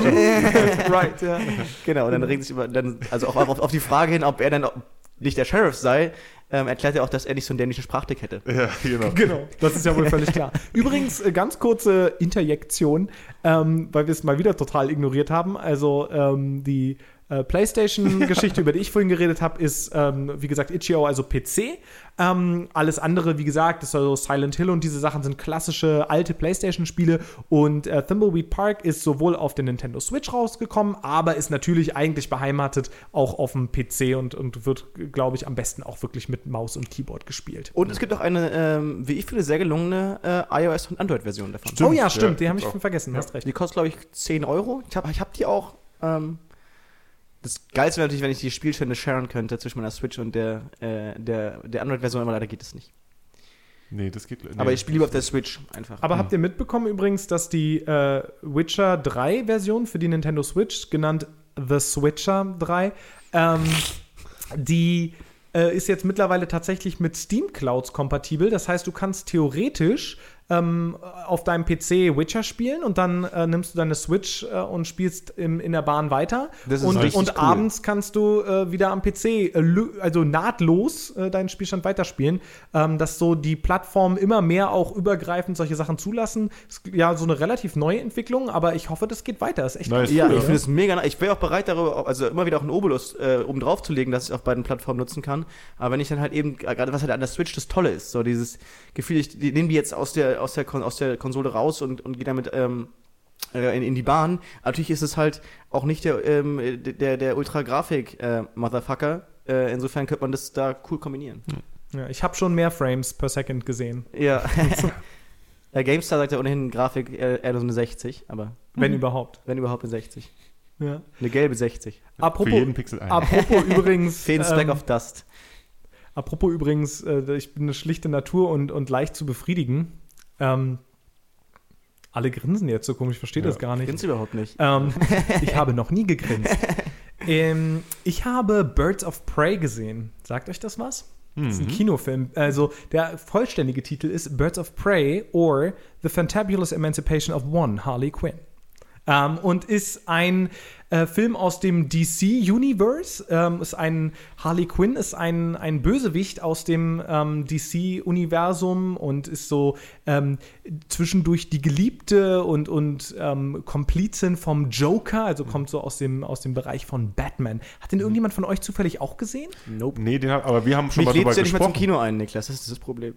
right, ja. Genau, und dann regt sich über, dann, also auch auf, auf die Frage hin, ob er dann nicht der Sheriff sei, ähm, erklärt er auch, dass er nicht so einen dänischen Sprachtick hätte. Ja, genau. Genau, das ist ja wohl völlig klar. Übrigens, äh, ganz kurze Interjektion, ähm, weil wir es mal wieder total ignoriert haben. Also ähm, die äh, PlayStation-Geschichte, über die ich vorhin geredet habe, ist, ähm, wie gesagt, itch punkt io, also P C. Ähm, alles andere, wie gesagt, ist also Silent Hill und diese Sachen sind klassische alte PlayStation-Spiele und äh, Thimbleweed Park ist sowohl auf der Nintendo Switch rausgekommen, aber ist natürlich eigentlich beheimatet auch auf dem P C und, und wird, glaube ich, am besten auch wirklich mit Maus und Keyboard gespielt. Und es gibt auch eine, ähm, wie ich finde, sehr gelungene äh, iOS- und Android-Version davon. Stimmt, oh ja, stimmt, ja, die habe ich auch vergessen, ja. hast recht. Die kostet, glaube ich, zehn Euro. Ich habe ich hab die auch. Ähm, das Geilste wäre natürlich, wenn ich die Spielstände sharen könnte zwischen meiner Switch und der, äh, der, der Android-Version, aber leider geht es nicht. Nee, das geht nee. Aber ich spiele lieber auf der Switch einfach. Aber hm. habt ihr mitbekommen übrigens, dass die äh, Witcher drei Version für die Nintendo Switch, genannt The Switcher drei, ähm, die äh, ist jetzt mittlerweile tatsächlich mit Steam Clouds kompatibel. Das heißt, du kannst theoretisch ähm, auf deinem P C Witcher spielen und dann äh, nimmst du deine Switch äh, und spielst im, in der Bahn weiter. Das ist und richtig und cool. Abends kannst du äh, wieder am P C, äh, also nahtlos, äh, deinen Spielstand weiterspielen. Ähm, dass so die Plattformen immer mehr auch übergreifend solche Sachen zulassen. Ist ja so eine relativ neue Entwicklung, aber ich hoffe, das geht weiter. Das ist echt nice. cool. Ja, oder? ich finde es mega nice. Ich wäre auch bereit, darüber, also immer wieder auch einen Obolus äh, oben drauf zu legen, dass ich auf beiden Plattformen nutzen kann. Aber wenn ich dann halt eben, gerade was halt an der Switch das Tolle ist, so dieses Gefühl, ich nehme die jetzt aus der, aus der, aus der Konsole raus und, und gehe damit ähm, in, in die Bahn. Natürlich ist es halt auch nicht der, ähm, der, der Ultra-Grafik-Motherfucker. Äh, insofern könnte man das da cool kombinieren. Ja, ich habe schon mehr Frames per Second gesehen. Ja. Der GameStar sagt ja ohnehin Grafik eher, eher so eine sechzig, aber wenn mhm. überhaupt. Wenn überhaupt eine sechzig. Ja. Eine gelbe sechzig. Apropos, für jeden Pixel ein. Apropos übrigens. Zehn Stack ähm, of Dust. Apropos übrigens, äh, ich bin eine schlichte Natur und, und leicht zu befriedigen. Ähm, alle grinsen jetzt so komisch, ich verstehe ja. das gar nicht. Grinst überhaupt nicht. Ähm, ich habe noch nie gegrinst. ähm, ich habe Birds of Prey gesehen. Sagt euch das was? Das ist ein Kinofilm. Also der vollständige Titel ist Birds of Prey or The Fantabulous Emancipation of One, Harley Quinn. Ähm, und ist ein äh, Film aus dem D C-Universe. Ähm, ist ein Harley Quinn ist ein, ein Bösewicht aus dem ähm, D C-Universum und ist so ähm, zwischendurch die Geliebte und, und ähm, Komplizin vom Joker, also kommt so aus dem, aus dem Bereich von Batman. Hat den irgendjemand von euch zufällig auch gesehen? Nope. Nee, den hab, aber wir haben schon Mich mal drüber lädst du ja nicht gesprochen. mal zum Kino ein, Niklas, das ist das Problem.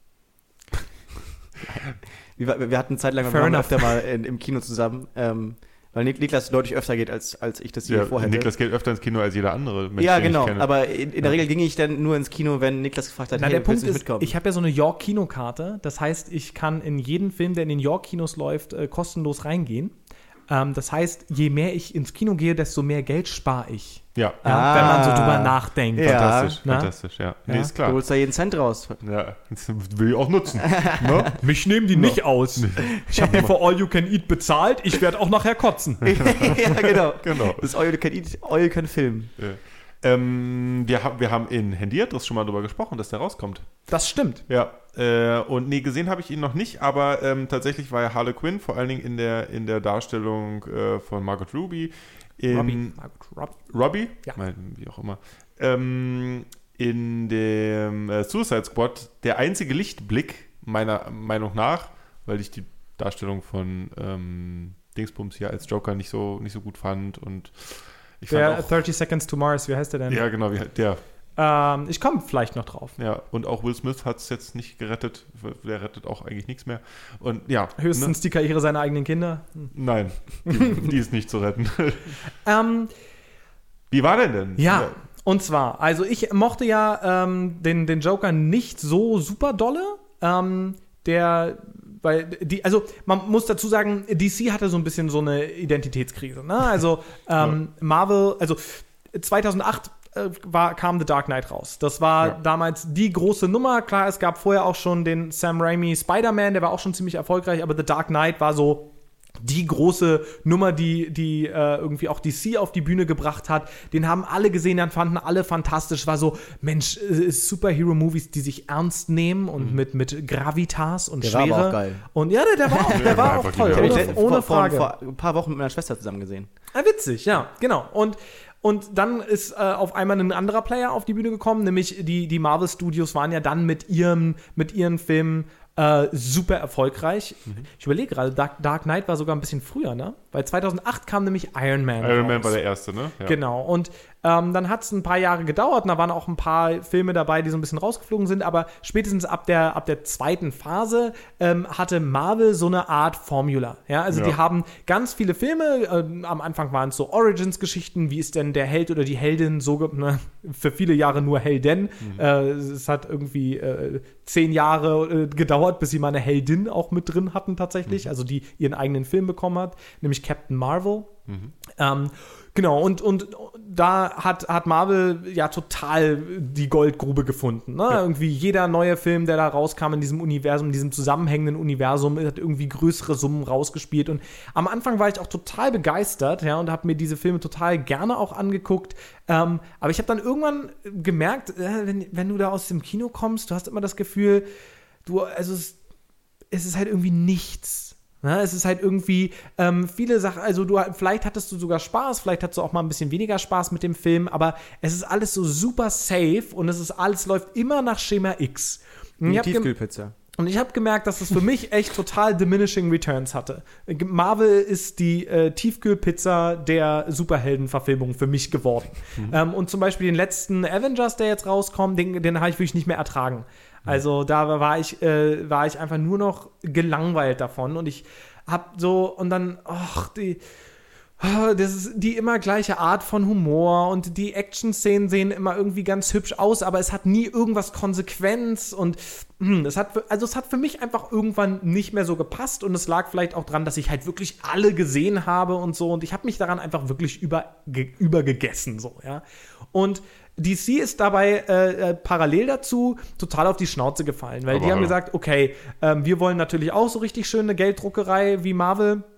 wir, wir hatten eine Zeit lang Fair wir waren enough. öfter mal in, im Kino zusammen, ähm, weil Nik- Niklas deutlich öfter geht, als, als ich das hier Ja, vorher Niklas geht öfter ins Kino als jeder andere Mensch, Ja, den genau, ich kenne. aber in, in der Regel ging ich dann nur ins Kino, wenn Niklas gefragt hat, Na, hey, der Punkt willst du nicht ist, mitkommen? ich habe ja so eine York-Kinokarte. Das heißt, ich kann in jeden Film, der in den York-Kinos läuft, äh, kostenlos reingehen. Ähm, das heißt, je mehr ich ins Kino gehe, desto mehr Geld spare ich. Ja, Ja, Ah. wenn man so drüber nachdenkt. Ja. fantastisch, Na? fantastisch, ja. Nee, Ja. ist Du klar. holst da jeden Cent raus. Ja, das will ich auch nutzen. Ne? Mich nehmen die nicht aus. Ich habe die für All You Can Eat bezahlt. Ich werde auch nachher kotzen. ja, genau. Genau. Das ist All You Can Eat, All You Can Film. Ja. Ähm, wir, haben, wir haben in Hendiatris schon mal drüber gesprochen, dass der rauskommt. Das stimmt. Ja, äh, und nee, gesehen habe ich ihn noch nicht, aber ähm, tatsächlich war ja Harley Quinn, vor allen Dingen in der, in der Darstellung äh, von Margot Robbie. In, Robbie. Margot Robbie. Robbie? Ja. Mein, wie auch immer. Ähm, in dem äh, Suicide Squad der einzige Lichtblick, meiner Meinung nach, weil ich die Darstellung von ähm, Dingsbums hier als Joker nicht so, nicht so gut fand und ich fand Der auch, thirty Seconds to Mars, wie heißt der denn? ja, genau, wie, der. Ähm, ich komme vielleicht noch drauf. Ja, und auch Will Smith hat es jetzt nicht gerettet. Der rettet auch eigentlich nichts mehr. Und ja. Höchstens die Karriere seiner eigenen Kinder. Hm. Ne? Nein, die, die ist nicht zu retten. Ähm, Wie war denn denn? ja, und zwar, also ich mochte ja ähm, den, den Joker nicht so super dolle. Ähm, der, weil die, also man muss dazu sagen, D C hatte so ein bisschen so eine Identitätskrise. Ne? Also ähm, Marvel, also zweitausendacht äh, war, kam The Dark Knight raus. Das war Ja. damals die große Nummer. Klar, es gab vorher auch schon den Sam Raimi Spider-Man, der war auch schon ziemlich erfolgreich, aber The Dark Knight war so die große Nummer, die, die äh, irgendwie auch D C auf die Bühne gebracht hat. Den haben alle gesehen, dann fanden alle fantastisch. War so, Mensch, äh, Superhero-Movies, die sich ernst nehmen und mit, mit Gravitas und Der war Schwere. aber auch geil. Und ja, der, der war auch, der der war war auch einfach toll, genial. ohne, Ich hab ohne vor, Frage. Vor, vor ein paar Wochen mit meiner Schwester zusammen gesehen. Ah, witzig, ja, genau. Und, und dann ist äh, auf einmal ein anderer Player auf die Bühne gekommen, nämlich die, die Marvel Studios waren ja dann mit ihrem, mit ihren Filmen äh, super erfolgreich. Mhm. Ich überlege gerade, Dark, Dark Knight war sogar ein bisschen früher, ne? Weil zweitausendacht kam nämlich Iron Man Iron Man raus. war der erste, ne? Ja. Genau. Und ähm, dann hat es ein paar Jahre gedauert und da waren auch ein paar Filme dabei, die so ein bisschen rausgeflogen sind, aber spätestens ab der, ab der zweiten Phase ähm, hatte Marvel so eine Art Formula. Ja, also Ja. die haben ganz viele Filme, ähm, am Anfang waren es so Origins-Geschichten, wie ist denn der Held oder die Heldin, so ge- ne, für viele Jahre nur Helden. Mhm. Äh, es hat irgendwie äh, zehn Jahre äh, gedauert, bis sie mal eine Heldin auch mit drin hatten tatsächlich, Mhm. also die ihren eigenen Film bekommen hat, nämlich Captain Marvel. Ähm, genau, und, und da hat, hat Marvel ja total die Goldgrube gefunden. Ne? Ja. Irgendwie jeder neue Film, der da rauskam in diesem Universum, in diesem zusammenhängenden Universum, hat irgendwie größere Summen rausgespielt. Und am Anfang war ich auch total begeistert, ja, und habe mir diese Filme total gerne auch angeguckt. Ähm, aber ich habe dann irgendwann gemerkt, äh, wenn, wenn du da aus dem Kino kommst, du hast immer das Gefühl, du, also es, es ist halt irgendwie nichts. Ja, es ist halt irgendwie ähm, viele Sachen, also du, vielleicht hattest du sogar Spaß, vielleicht hattest du auch mal ein bisschen weniger Spaß mit dem Film, aber es ist alles so super safe und es ist alles läuft immer nach Schema X. Und Die ich hab gem- Tiefkühlpizza. und ich habe gemerkt, dass es für mich echt total diminishing returns hatte. Marvel ist die äh, Tiefkühlpizza der Superheldenverfilmung für mich geworden. Ähm, und zum Beispiel den letzten Avengers, der jetzt rauskommt, den, den habe ich wirklich nicht mehr ertragen. Also da war ich, äh, war ich einfach nur noch gelangweilt davon. Und ich hab so, und dann, ach, die. Das ist die immer gleiche Art von Humor und die Action-Szenen sehen immer irgendwie ganz hübsch aus, aber es hat nie irgendwas Konsequenz und mh, es hat, für, also es hat für mich einfach irgendwann nicht mehr so gepasst und es lag vielleicht auch dran, dass ich halt wirklich alle gesehen habe und so und ich habe mich daran einfach wirklich über, ge, übergegessen, so, ja. Und D C ist dabei äh, äh, parallel dazu total auf die Schnauze gefallen, weil Aber die haben ja. gesagt, okay, ähm, wir wollen natürlich auch so richtig schöne Gelddruckerei wie Marvel.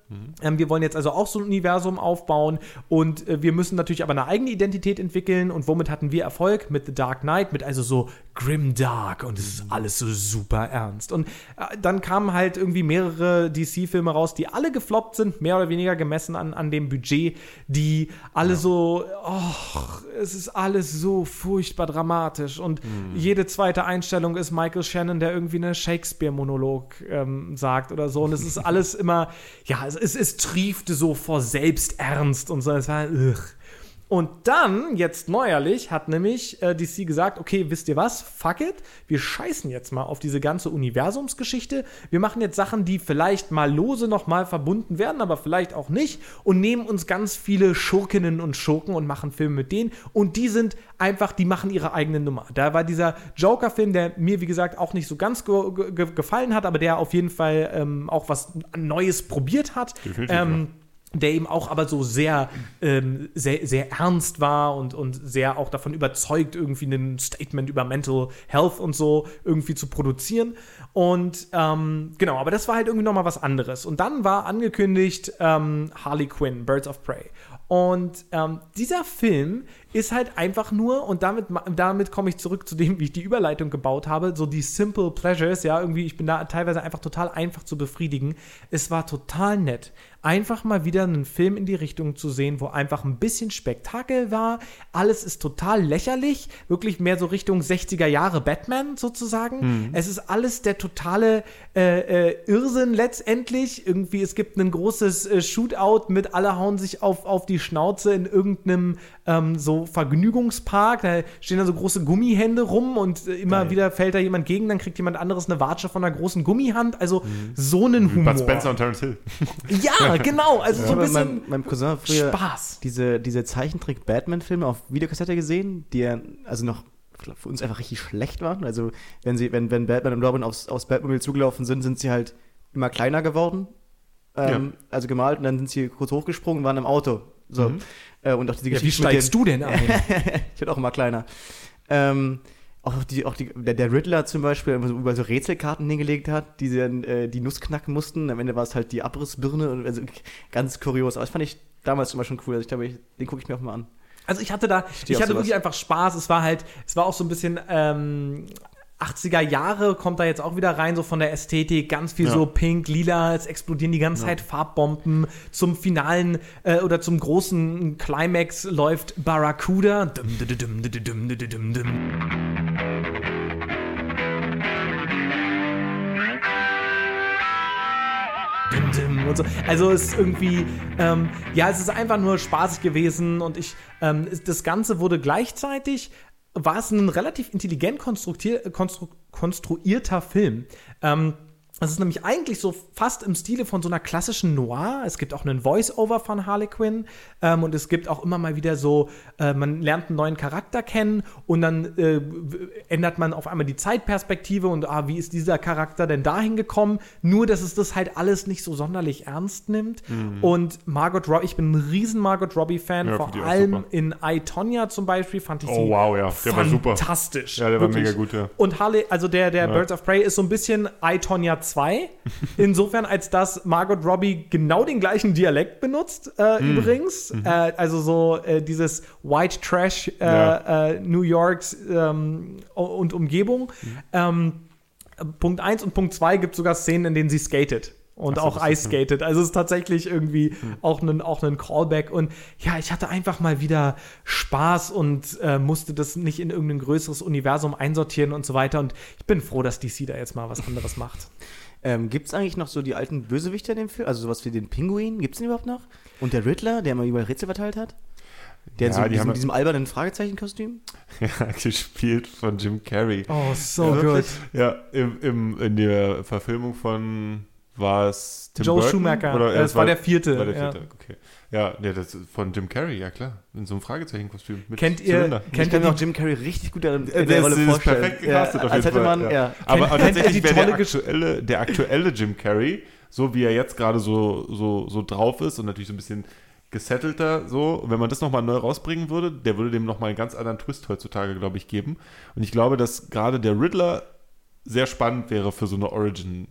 Mhm. Ähm, wir wollen jetzt also auch so ein Universum aufbauen und äh, wir müssen natürlich aber eine eigene Identität entwickeln. Und womit hatten wir Erfolg? Mit The Dark Knight, mit also so grim dark und es ist alles so super ernst. Und äh, dann kamen halt irgendwie mehrere D C-Filme raus, die alle gefloppt sind, mehr oder weniger gemessen an, an dem Budget, die alle ja. so, oh, es ist alles so furchtbar dramatisch und mhm. jede zweite Einstellung ist Michael Shannon, der irgendwie eine Shakespeare-Monolog ähm, sagt oder so und es ist alles immer, ja, es, es, es triefte so vor Selbsternst und so, es war, ugh. Und dann, jetzt neuerlich, hat nämlich äh, D C gesagt, okay, wisst ihr was, fuck it, wir scheißen jetzt mal auf diese ganze Universumsgeschichte, wir machen jetzt Sachen, die vielleicht mal lose noch mal verbunden werden, aber vielleicht auch nicht und nehmen uns ganz viele Schurkinnen und Schurken und machen Filme mit denen und die sind einfach, die machen ihre eigene Nummer. Da war dieser Joker-Film, der mir, wie gesagt, auch nicht so ganz ge- ge- gefallen hat, aber der auf jeden Fall ähm, auch was Neues probiert hat. Definitiv, ähm, ja. Der eben auch aber so sehr, ähm, sehr, sehr ernst war und, und sehr auch davon überzeugt, irgendwie ein Statement über Mental Health und so irgendwie zu produzieren. Und ähm, genau, aber das war halt irgendwie nochmal was anderes. Und dann war angekündigt ähm, Harley Quinn, Birds of Prey. Und ähm, dieser Film ist halt einfach nur, und damit, damit komme ich zurück zu dem, wie ich die Überleitung gebaut habe, so die Simple Pleasures, ja, irgendwie, ich bin da teilweise einfach total einfach zu befriedigen. Es war total nett, einfach mal wieder einen Film in die Richtung zu sehen, wo einfach ein bisschen Spektakel war. Alles ist total lächerlich, wirklich mehr so Richtung sechziger Jahre Batman sozusagen. Mhm. Es ist alles der totale äh, äh, Irrsinn letztendlich. Irgendwie, es gibt ein großes äh, Shootout mit alle hauen sich auf, auf die Schnauze in irgendeinem ähm, so Vergnügungspark. Da stehen da so große Gummihände rum und äh, immer Geil. wieder fällt da jemand gegen, dann kriegt jemand anderes eine Watsche von einer großen Gummihand. Also mhm. so einen Humor. Bud Spencer und Terence Hill. Ja, genau. Also ja. so ein bisschen mein, mein Cousin hat früher Spaß. Diese, diese Zeichentrick-Batman-Filme auf Videokassette gesehen, die ja also noch für uns einfach richtig schlecht waren. Also wenn sie, wenn, wenn Batman und Robin aufs, aufs Batmobile zugelaufen sind, sind sie halt immer kleiner geworden. Ähm, ja. Also gemalt und dann sind sie kurz hochgesprungen und waren im Auto. So. Mhm. Äh, und auch diese ja, wie steigst du denn ein? Ich werde auch immer kleiner. Ähm, auch die, auch die, der, der Riddler zum Beispiel, der über so Rätselkarten hingelegt hat, die dann äh, die Nuss knacken mussten. Am Ende war es halt die Abrissbirne. Und also ganz kurios. Aber das fand ich damals immer schon cool. Also ich glaube, ich, den gucke ich mir auch mal an. Also ich hatte da, ich, ich hatte wirklich einfach Spaß. Es war halt, es war auch so ein bisschen ähm, achtziger Jahre kommt da jetzt auch wieder rein, so von der Ästhetik, ganz viel ja. so pink, lila, es explodieren die ganze ja. Zeit Farbbomben. Zum finalen äh, oder zum großen Climax läuft Barracuda. Dum, dum, dum, dum, dum, dum, dum, dum. Und so. Also es ist irgendwie, ähm, ja, es ist einfach nur spaßig gewesen und ich, ähm, das Ganze wurde gleichzeitig, war es ein relativ intelligent konstruier- konstru- konstruierter Film. Ähm, Es ist nämlich eigentlich so fast im Stile von so einer klassischen Noir. Es gibt auch einen Voice-Over von Harley Quinn ähm, und es gibt auch immer mal wieder so, äh, man lernt einen neuen Charakter kennen und dann äh, ändert man auf einmal die Zeitperspektive und ah, wie ist dieser Charakter denn dahin gekommen? Nur, dass es das halt alles nicht so sonderlich ernst nimmt. Mhm. Und Margot Robbie, ich bin ein riesen Margot Robbie-Fan, ja, vor allem in I, Tonya zum Beispiel, fand ich oh, sie wow, ja. Der war super. fantastisch. Ja, der wirklich. war mega gut, ja. Und Harley, also der, der ja. Birds of Prey ist so ein bisschen I, Tonya zwei. Insofern, als dass Margot Robbie genau den gleichen Dialekt benutzt, äh, mm. übrigens. Mm-hmm. Äh, also so äh, dieses White Trash äh, ja. äh, New Yorks ähm, und Umgebung. Mm. Ähm, Punkt eins und Punkt zwei gibt sogar Szenen, in denen sie skatet. Und so, auch Ice skatet. Also es ist tatsächlich irgendwie mhm. auch ein auch ein Callback. Und ja, ich hatte einfach mal wieder Spaß und äh, musste das nicht in irgendein größeres Universum einsortieren und so weiter. Und ich bin froh, dass D C da jetzt mal was anderes macht. Ähm, gibt es eigentlich noch so die alten Bösewichter in dem Film? Also sowas wie den Pinguin, gibt es den überhaupt noch? Und der Riddler, der immer überall Rätsel verteilt hat? Der ja, in so, die diesem, diesem albernen Fragezeichen-Kostüm? Ja, gespielt von Jim Carrey. Oh, so ja, gut. Ja, im, im, in der Verfilmung von, war es Tim Joel Burton? Schumacher. Oder, ja, das war, war der vierte. War der vierte, ja. okay. Ja, ja, das ist von Jim Carrey, ja klar. In so einem Fragezeichen-Kostüm. Mit kennt ihr, Zylinder. kennt ich kann mir auch Jim Carrey richtig gut in der, der Rolle ist vorstellen. Perfekt gecastet, ja, auf als jeden hätte Fall. man, ja. ja. Aber, kennt, aber tatsächlich wäre der Gesch- aktuelle, der aktuelle Jim Carrey, so wie er jetzt gerade so, so, so drauf ist und natürlich so ein bisschen gesettelter, so, wenn man das nochmal neu rausbringen würde, der würde dem nochmal einen ganz anderen Twist heutzutage, glaube ich, geben. Und ich glaube, dass gerade der Riddler sehr spannend wäre für so eine Origin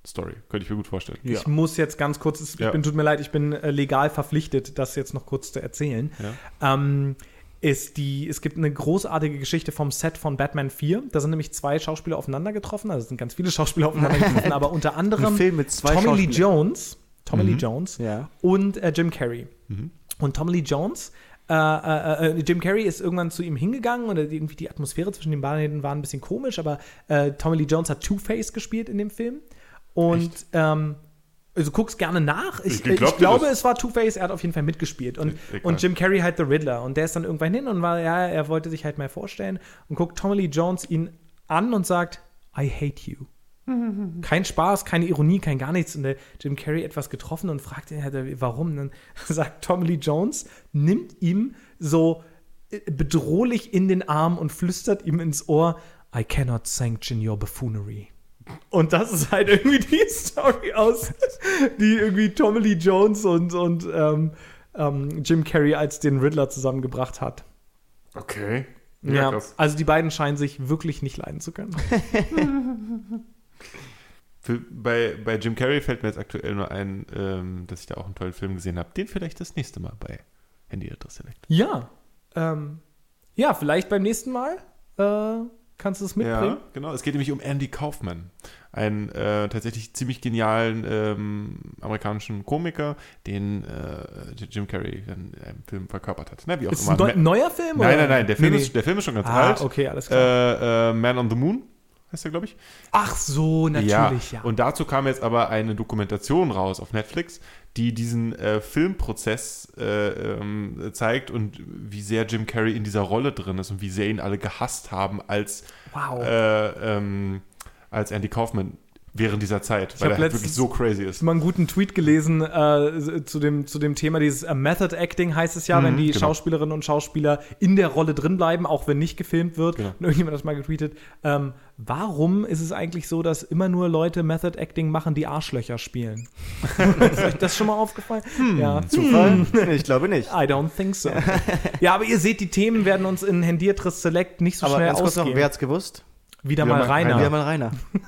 Story. Könnte ich mir gut vorstellen. Ja. Ich muss jetzt ganz kurz, es ja. bin, tut mir leid, ich bin äh, legal verpflichtet, das jetzt noch kurz zu erzählen. Ja. Ähm, ist die, es gibt eine großartige Geschichte vom Set von Batman vier. Da sind nämlich zwei Schauspieler aufeinander getroffen. Also es sind ganz viele Schauspieler aufeinander getroffen, aber unter anderem Ein Film mit zwei Tommy Lee Jones, Tommy Mhm. Lee Jones Ja. und äh, Jim Carrey. Mhm. Und Tommy Lee Jones, äh, äh, äh, Jim Carrey ist irgendwann zu ihm hingegangen und irgendwie die Atmosphäre zwischen den beiden war ein bisschen komisch, aber äh, Tommy Lee Jones hat Two-Face gespielt in dem Film. Und ähm, also guck's gerne nach. Ich, Ich ich, glaub ich dir glaube, das. es war Two-Face, er hat auf jeden Fall mitgespielt. Und, Egal. und Jim Carrey halt The Riddler. Und der ist dann irgendwann hin und war, ja, er wollte sich halt mal vorstellen und guckt Tommy Lee Jones ihn an und sagt, I hate you. Kein Spaß, keine Ironie, kein gar nichts. Und der Jim Carrey etwas getroffen und fragt ihn, warum. Und dann sagt Tommy Lee Jones, nimmt ihm so bedrohlich in den Arm und flüstert ihm ins Ohr, I cannot sanction your buffoonery. Und das ist halt irgendwie die Story aus, die irgendwie Tommy Lee Jones und, und ähm, ähm, Jim Carrey als den Riddler zusammengebracht hat. Okay. Ja, Ja, krass. also die beiden scheinen sich wirklich nicht leiden zu können. Für, bei, bei Jim Carrey fällt mir jetzt aktuell nur ein, ähm, dass ich da auch einen tollen Film gesehen habe. Den vielleicht das nächste Mal bei Handy-Adress Select. Ja, ähm, ja, vielleicht beim nächsten Mal äh, kannst du es mitbringen. Ja, genau. Es geht nämlich um Andy Kaufman, einen äh, tatsächlich ziemlich genialen ähm, amerikanischen Komiker, den äh, Jim Carrey dann in einem Film verkörpert hat. Na, wie auch Ist es immer. ein neu- neuer Film? Nein, oder? nein, nein. Der Film, Nee, Ist, der Film ist schon ganz Ah, alt. okay, alles klar. Äh, äh, Man on the Moon heißt der, glaube ich. Ach so, natürlich, ja. Und dazu kam jetzt aber eine Dokumentation raus auf Netflix, die diesen äh, Filmprozess äh, ähm, zeigt und wie sehr Jim Carrey in dieser Rolle drin ist und wie sehr ihn alle gehasst haben als, Wow. äh, ähm, als Andy Kaufman während dieser Zeit, weil hab er halt letztens- wirklich so crazy Ich ist. habe mal einen guten Tweet gelesen äh, zu, dem, zu dem Thema dieses äh, Method Acting heißt es ja, Mhm, wenn die genau. Schauspielerinnen und Schauspieler in der Rolle drin bleiben, auch wenn nicht gefilmt wird. Genau. Und irgendjemand hat das mal getweetet. Ähm, warum ist es eigentlich so, dass immer nur Leute Method Acting machen, die Arschlöcher spielen? Ist euch das schon mal aufgefallen? Ja. Zufall? Ich glaube nicht. I don't think so. Ja, aber ihr seht, die Themen werden uns in Hendiatris Select nicht so Aber schnell ganz kurz noch, ausgehen. wer hat's gewusst? Wieder Wieder mal mal Rainer. Wieder mal Rainer.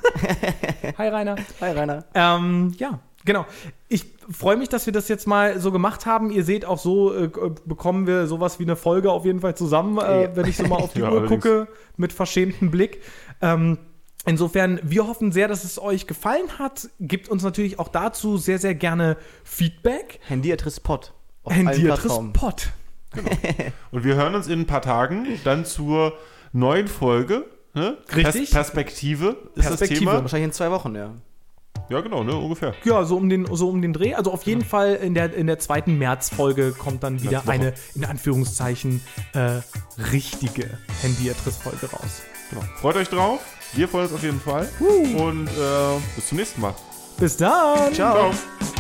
Hi Rainer. Hi Rainer. Ähm, ja, genau. Ich freue mich, dass wir das jetzt mal so gemacht haben. Ihr seht, auch so äh, bekommen wir sowas wie eine Folge auf jeden Fall zusammen, äh, Ja. wenn ich so mal auf die Ja, Uhr allerdings. gucke, mit verschämtem Blick. Ähm, insofern, wir hoffen sehr, dass es euch gefallen hat. Gebt uns natürlich auch dazu sehr, sehr gerne Feedback. Handyadress Pod. Auf allen Hendiatris Plattformen. Pod. Und wir hören uns in ein paar Tagen dann zur neuen Folge. Ne? Richtig. Pers- Perspektive ist Perspektive. das Thema. Wahrscheinlich in zwei Wochen, ja. Ja, genau, ne, ungefähr. Ja, so um den, so um den Dreh. Also auf jeden Fall in der, in der zweiten Märzfolge kommt dann wieder Märzwoche. eine, in Anführungszeichen, äh, richtige Hendiatris-Folge raus. Genau. Freut euch drauf. Wir freuen uns auf jeden Fall. Und äh, bis zum nächsten Mal. Bis dann! Ciao.